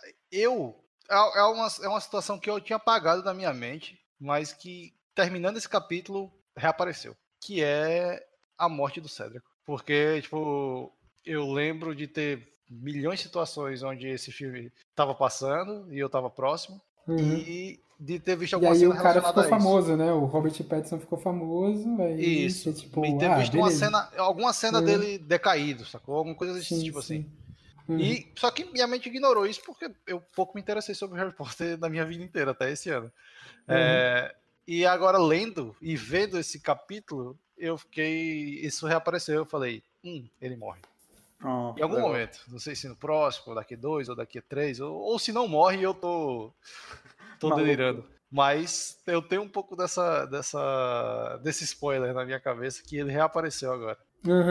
é uma situação que eu tinha apagado da minha mente, mas que, terminando esse capítulo, reapareceu. Que é a morte do Cédric. Porque, tipo, eu lembro de ter milhões de situações onde esse filme estava passando e eu estava próximo. E de ter visto alguma cena relacionada a isso. E aí o cara ficou famoso, né? O Robert Pattinson ficou famoso. Aí isso. Tipo, e ter visto alguma cena dele decaído, sacou? Alguma coisa desse tipo assim. E, só que minha mente ignorou isso porque eu pouco me interessei sobre Harry Potter na minha vida inteira, até esse ano. E agora, lendo e vendo esse capítulo, isso reapareceu. Eu falei, ele morre. Em algum momento. Não sei se no próximo, ou daqui 2, ou daqui 3, ou se não morre, eu tô delirando. Mas eu tenho um pouco desse spoiler na minha cabeça que ele reapareceu agora.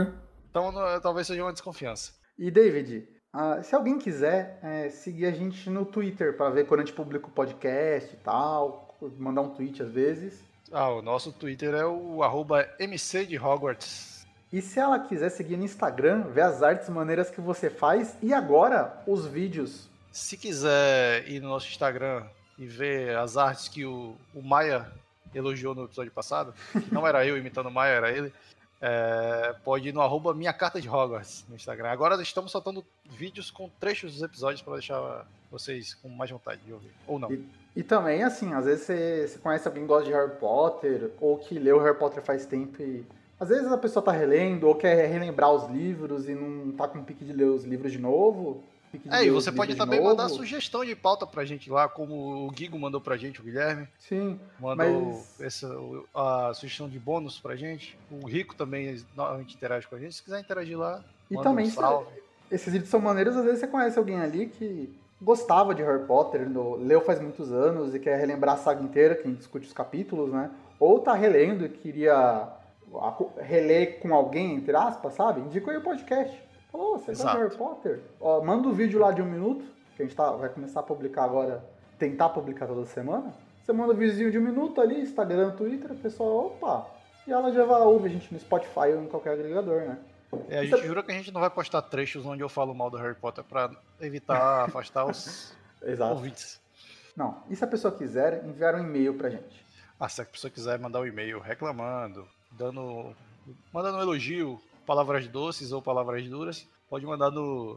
Então talvez seja uma desconfiança. E David, se alguém quiser seguir a gente no Twitter para ver quando a gente publica o podcast e tal, mandar um tweet às vezes. O nosso Twitter é o @MC de Hogwarts. E se ela quiser seguir no Instagram, ver as artes maneiras que você faz e agora os vídeos. Se quiser ir no nosso Instagram e ver as artes que o Maia elogiou no episódio passado, que não era eu imitando o Maia, era ele, pode ir no @minha carta de Hogwarts no Instagram. Agora estamos soltando vídeos com trechos dos episódios para deixar vocês com mais vontade de ouvir, ou não. E também, assim, às vezes você conhece alguém que gosta de Harry Potter, ou que leu Harry Potter faz tempo e... Às vezes a pessoa tá relendo, ou quer relembrar os livros e não tá com o pique de ler os livros de novo. E você pode também mandar sugestão de pauta pra gente lá, como o Guigo mandou pra gente, o Guilherme. Sim. Mandou a sugestão de bônus pra gente. O Rico também novamente interage com a gente. Se quiser interagir lá, e também, esses vídeos são maneiros, às vezes você conhece alguém ali que gostava de Harry Potter, leu faz muitos anos e quer relembrar a saga inteira, quem discute os capítulos, né? Ou tá relendo e queria reler com alguém, entre aspas, sabe? Indica aí o podcast. Falou, você gosta de Harry Potter? Manda um vídeo lá de 1 minuto, que a gente vai começar a publicar agora, tentar publicar toda semana. Você manda um videozinho de 1 minuto ali, Instagram, Twitter, o pessoal, opa, e ela já vai ouvir a gente no Spotify ou em qualquer agregador, né? A gente jura que a gente não vai postar trechos onde eu falo mal do Harry Potter pra evitar afastar os ouvintes. Não, e se a pessoa quiser, enviar um e-mail pra gente? Se a pessoa quiser mandar um e-mail reclamando, mandando um elogio, palavras doces ou palavras duras, pode mandar no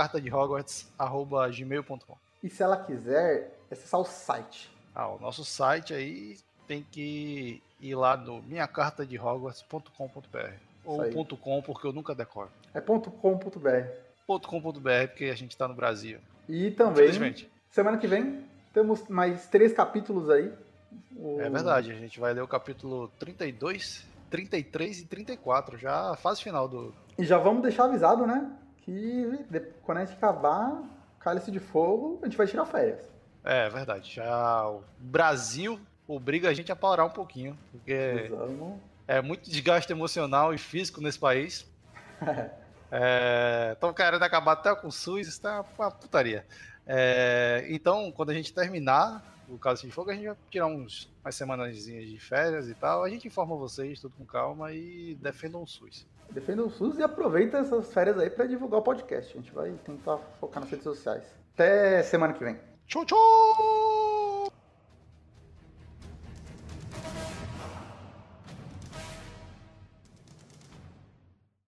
minhacartadehogwarts@gmail.com. E se ela quiser, acessar o site? O nosso site aí tem que ir lá no minhacartadehogwarts.com.br ou .com, porque eu nunca decoro. É .com.br. .com.br, porque a gente tá no Brasil. E também, semana que vem, temos mais 3 capítulos aí. É verdade, a gente vai ler o capítulo 32... 33 e 34, já a fase final do... E já vamos deixar avisado, né? Que quando a gente acabar Cálice de Fogo, a gente vai tirar férias. É verdade. Já o Brasil obriga a gente a parar um pouquinho, porque é muito desgaste emocional e físico nesse país. Estão querendo acabar até com o SUS, isso tá uma putaria. Então, quando a gente terminar o Cálice de Fogo, a gente vai tirar umas semanas de férias e tal. A gente informa vocês, tudo com calma, e defendam o SUS. Defendam o SUS e aproveita essas férias aí para divulgar o podcast. A gente vai tentar focar nas redes sociais. Até semana que vem. Tchau, tchau!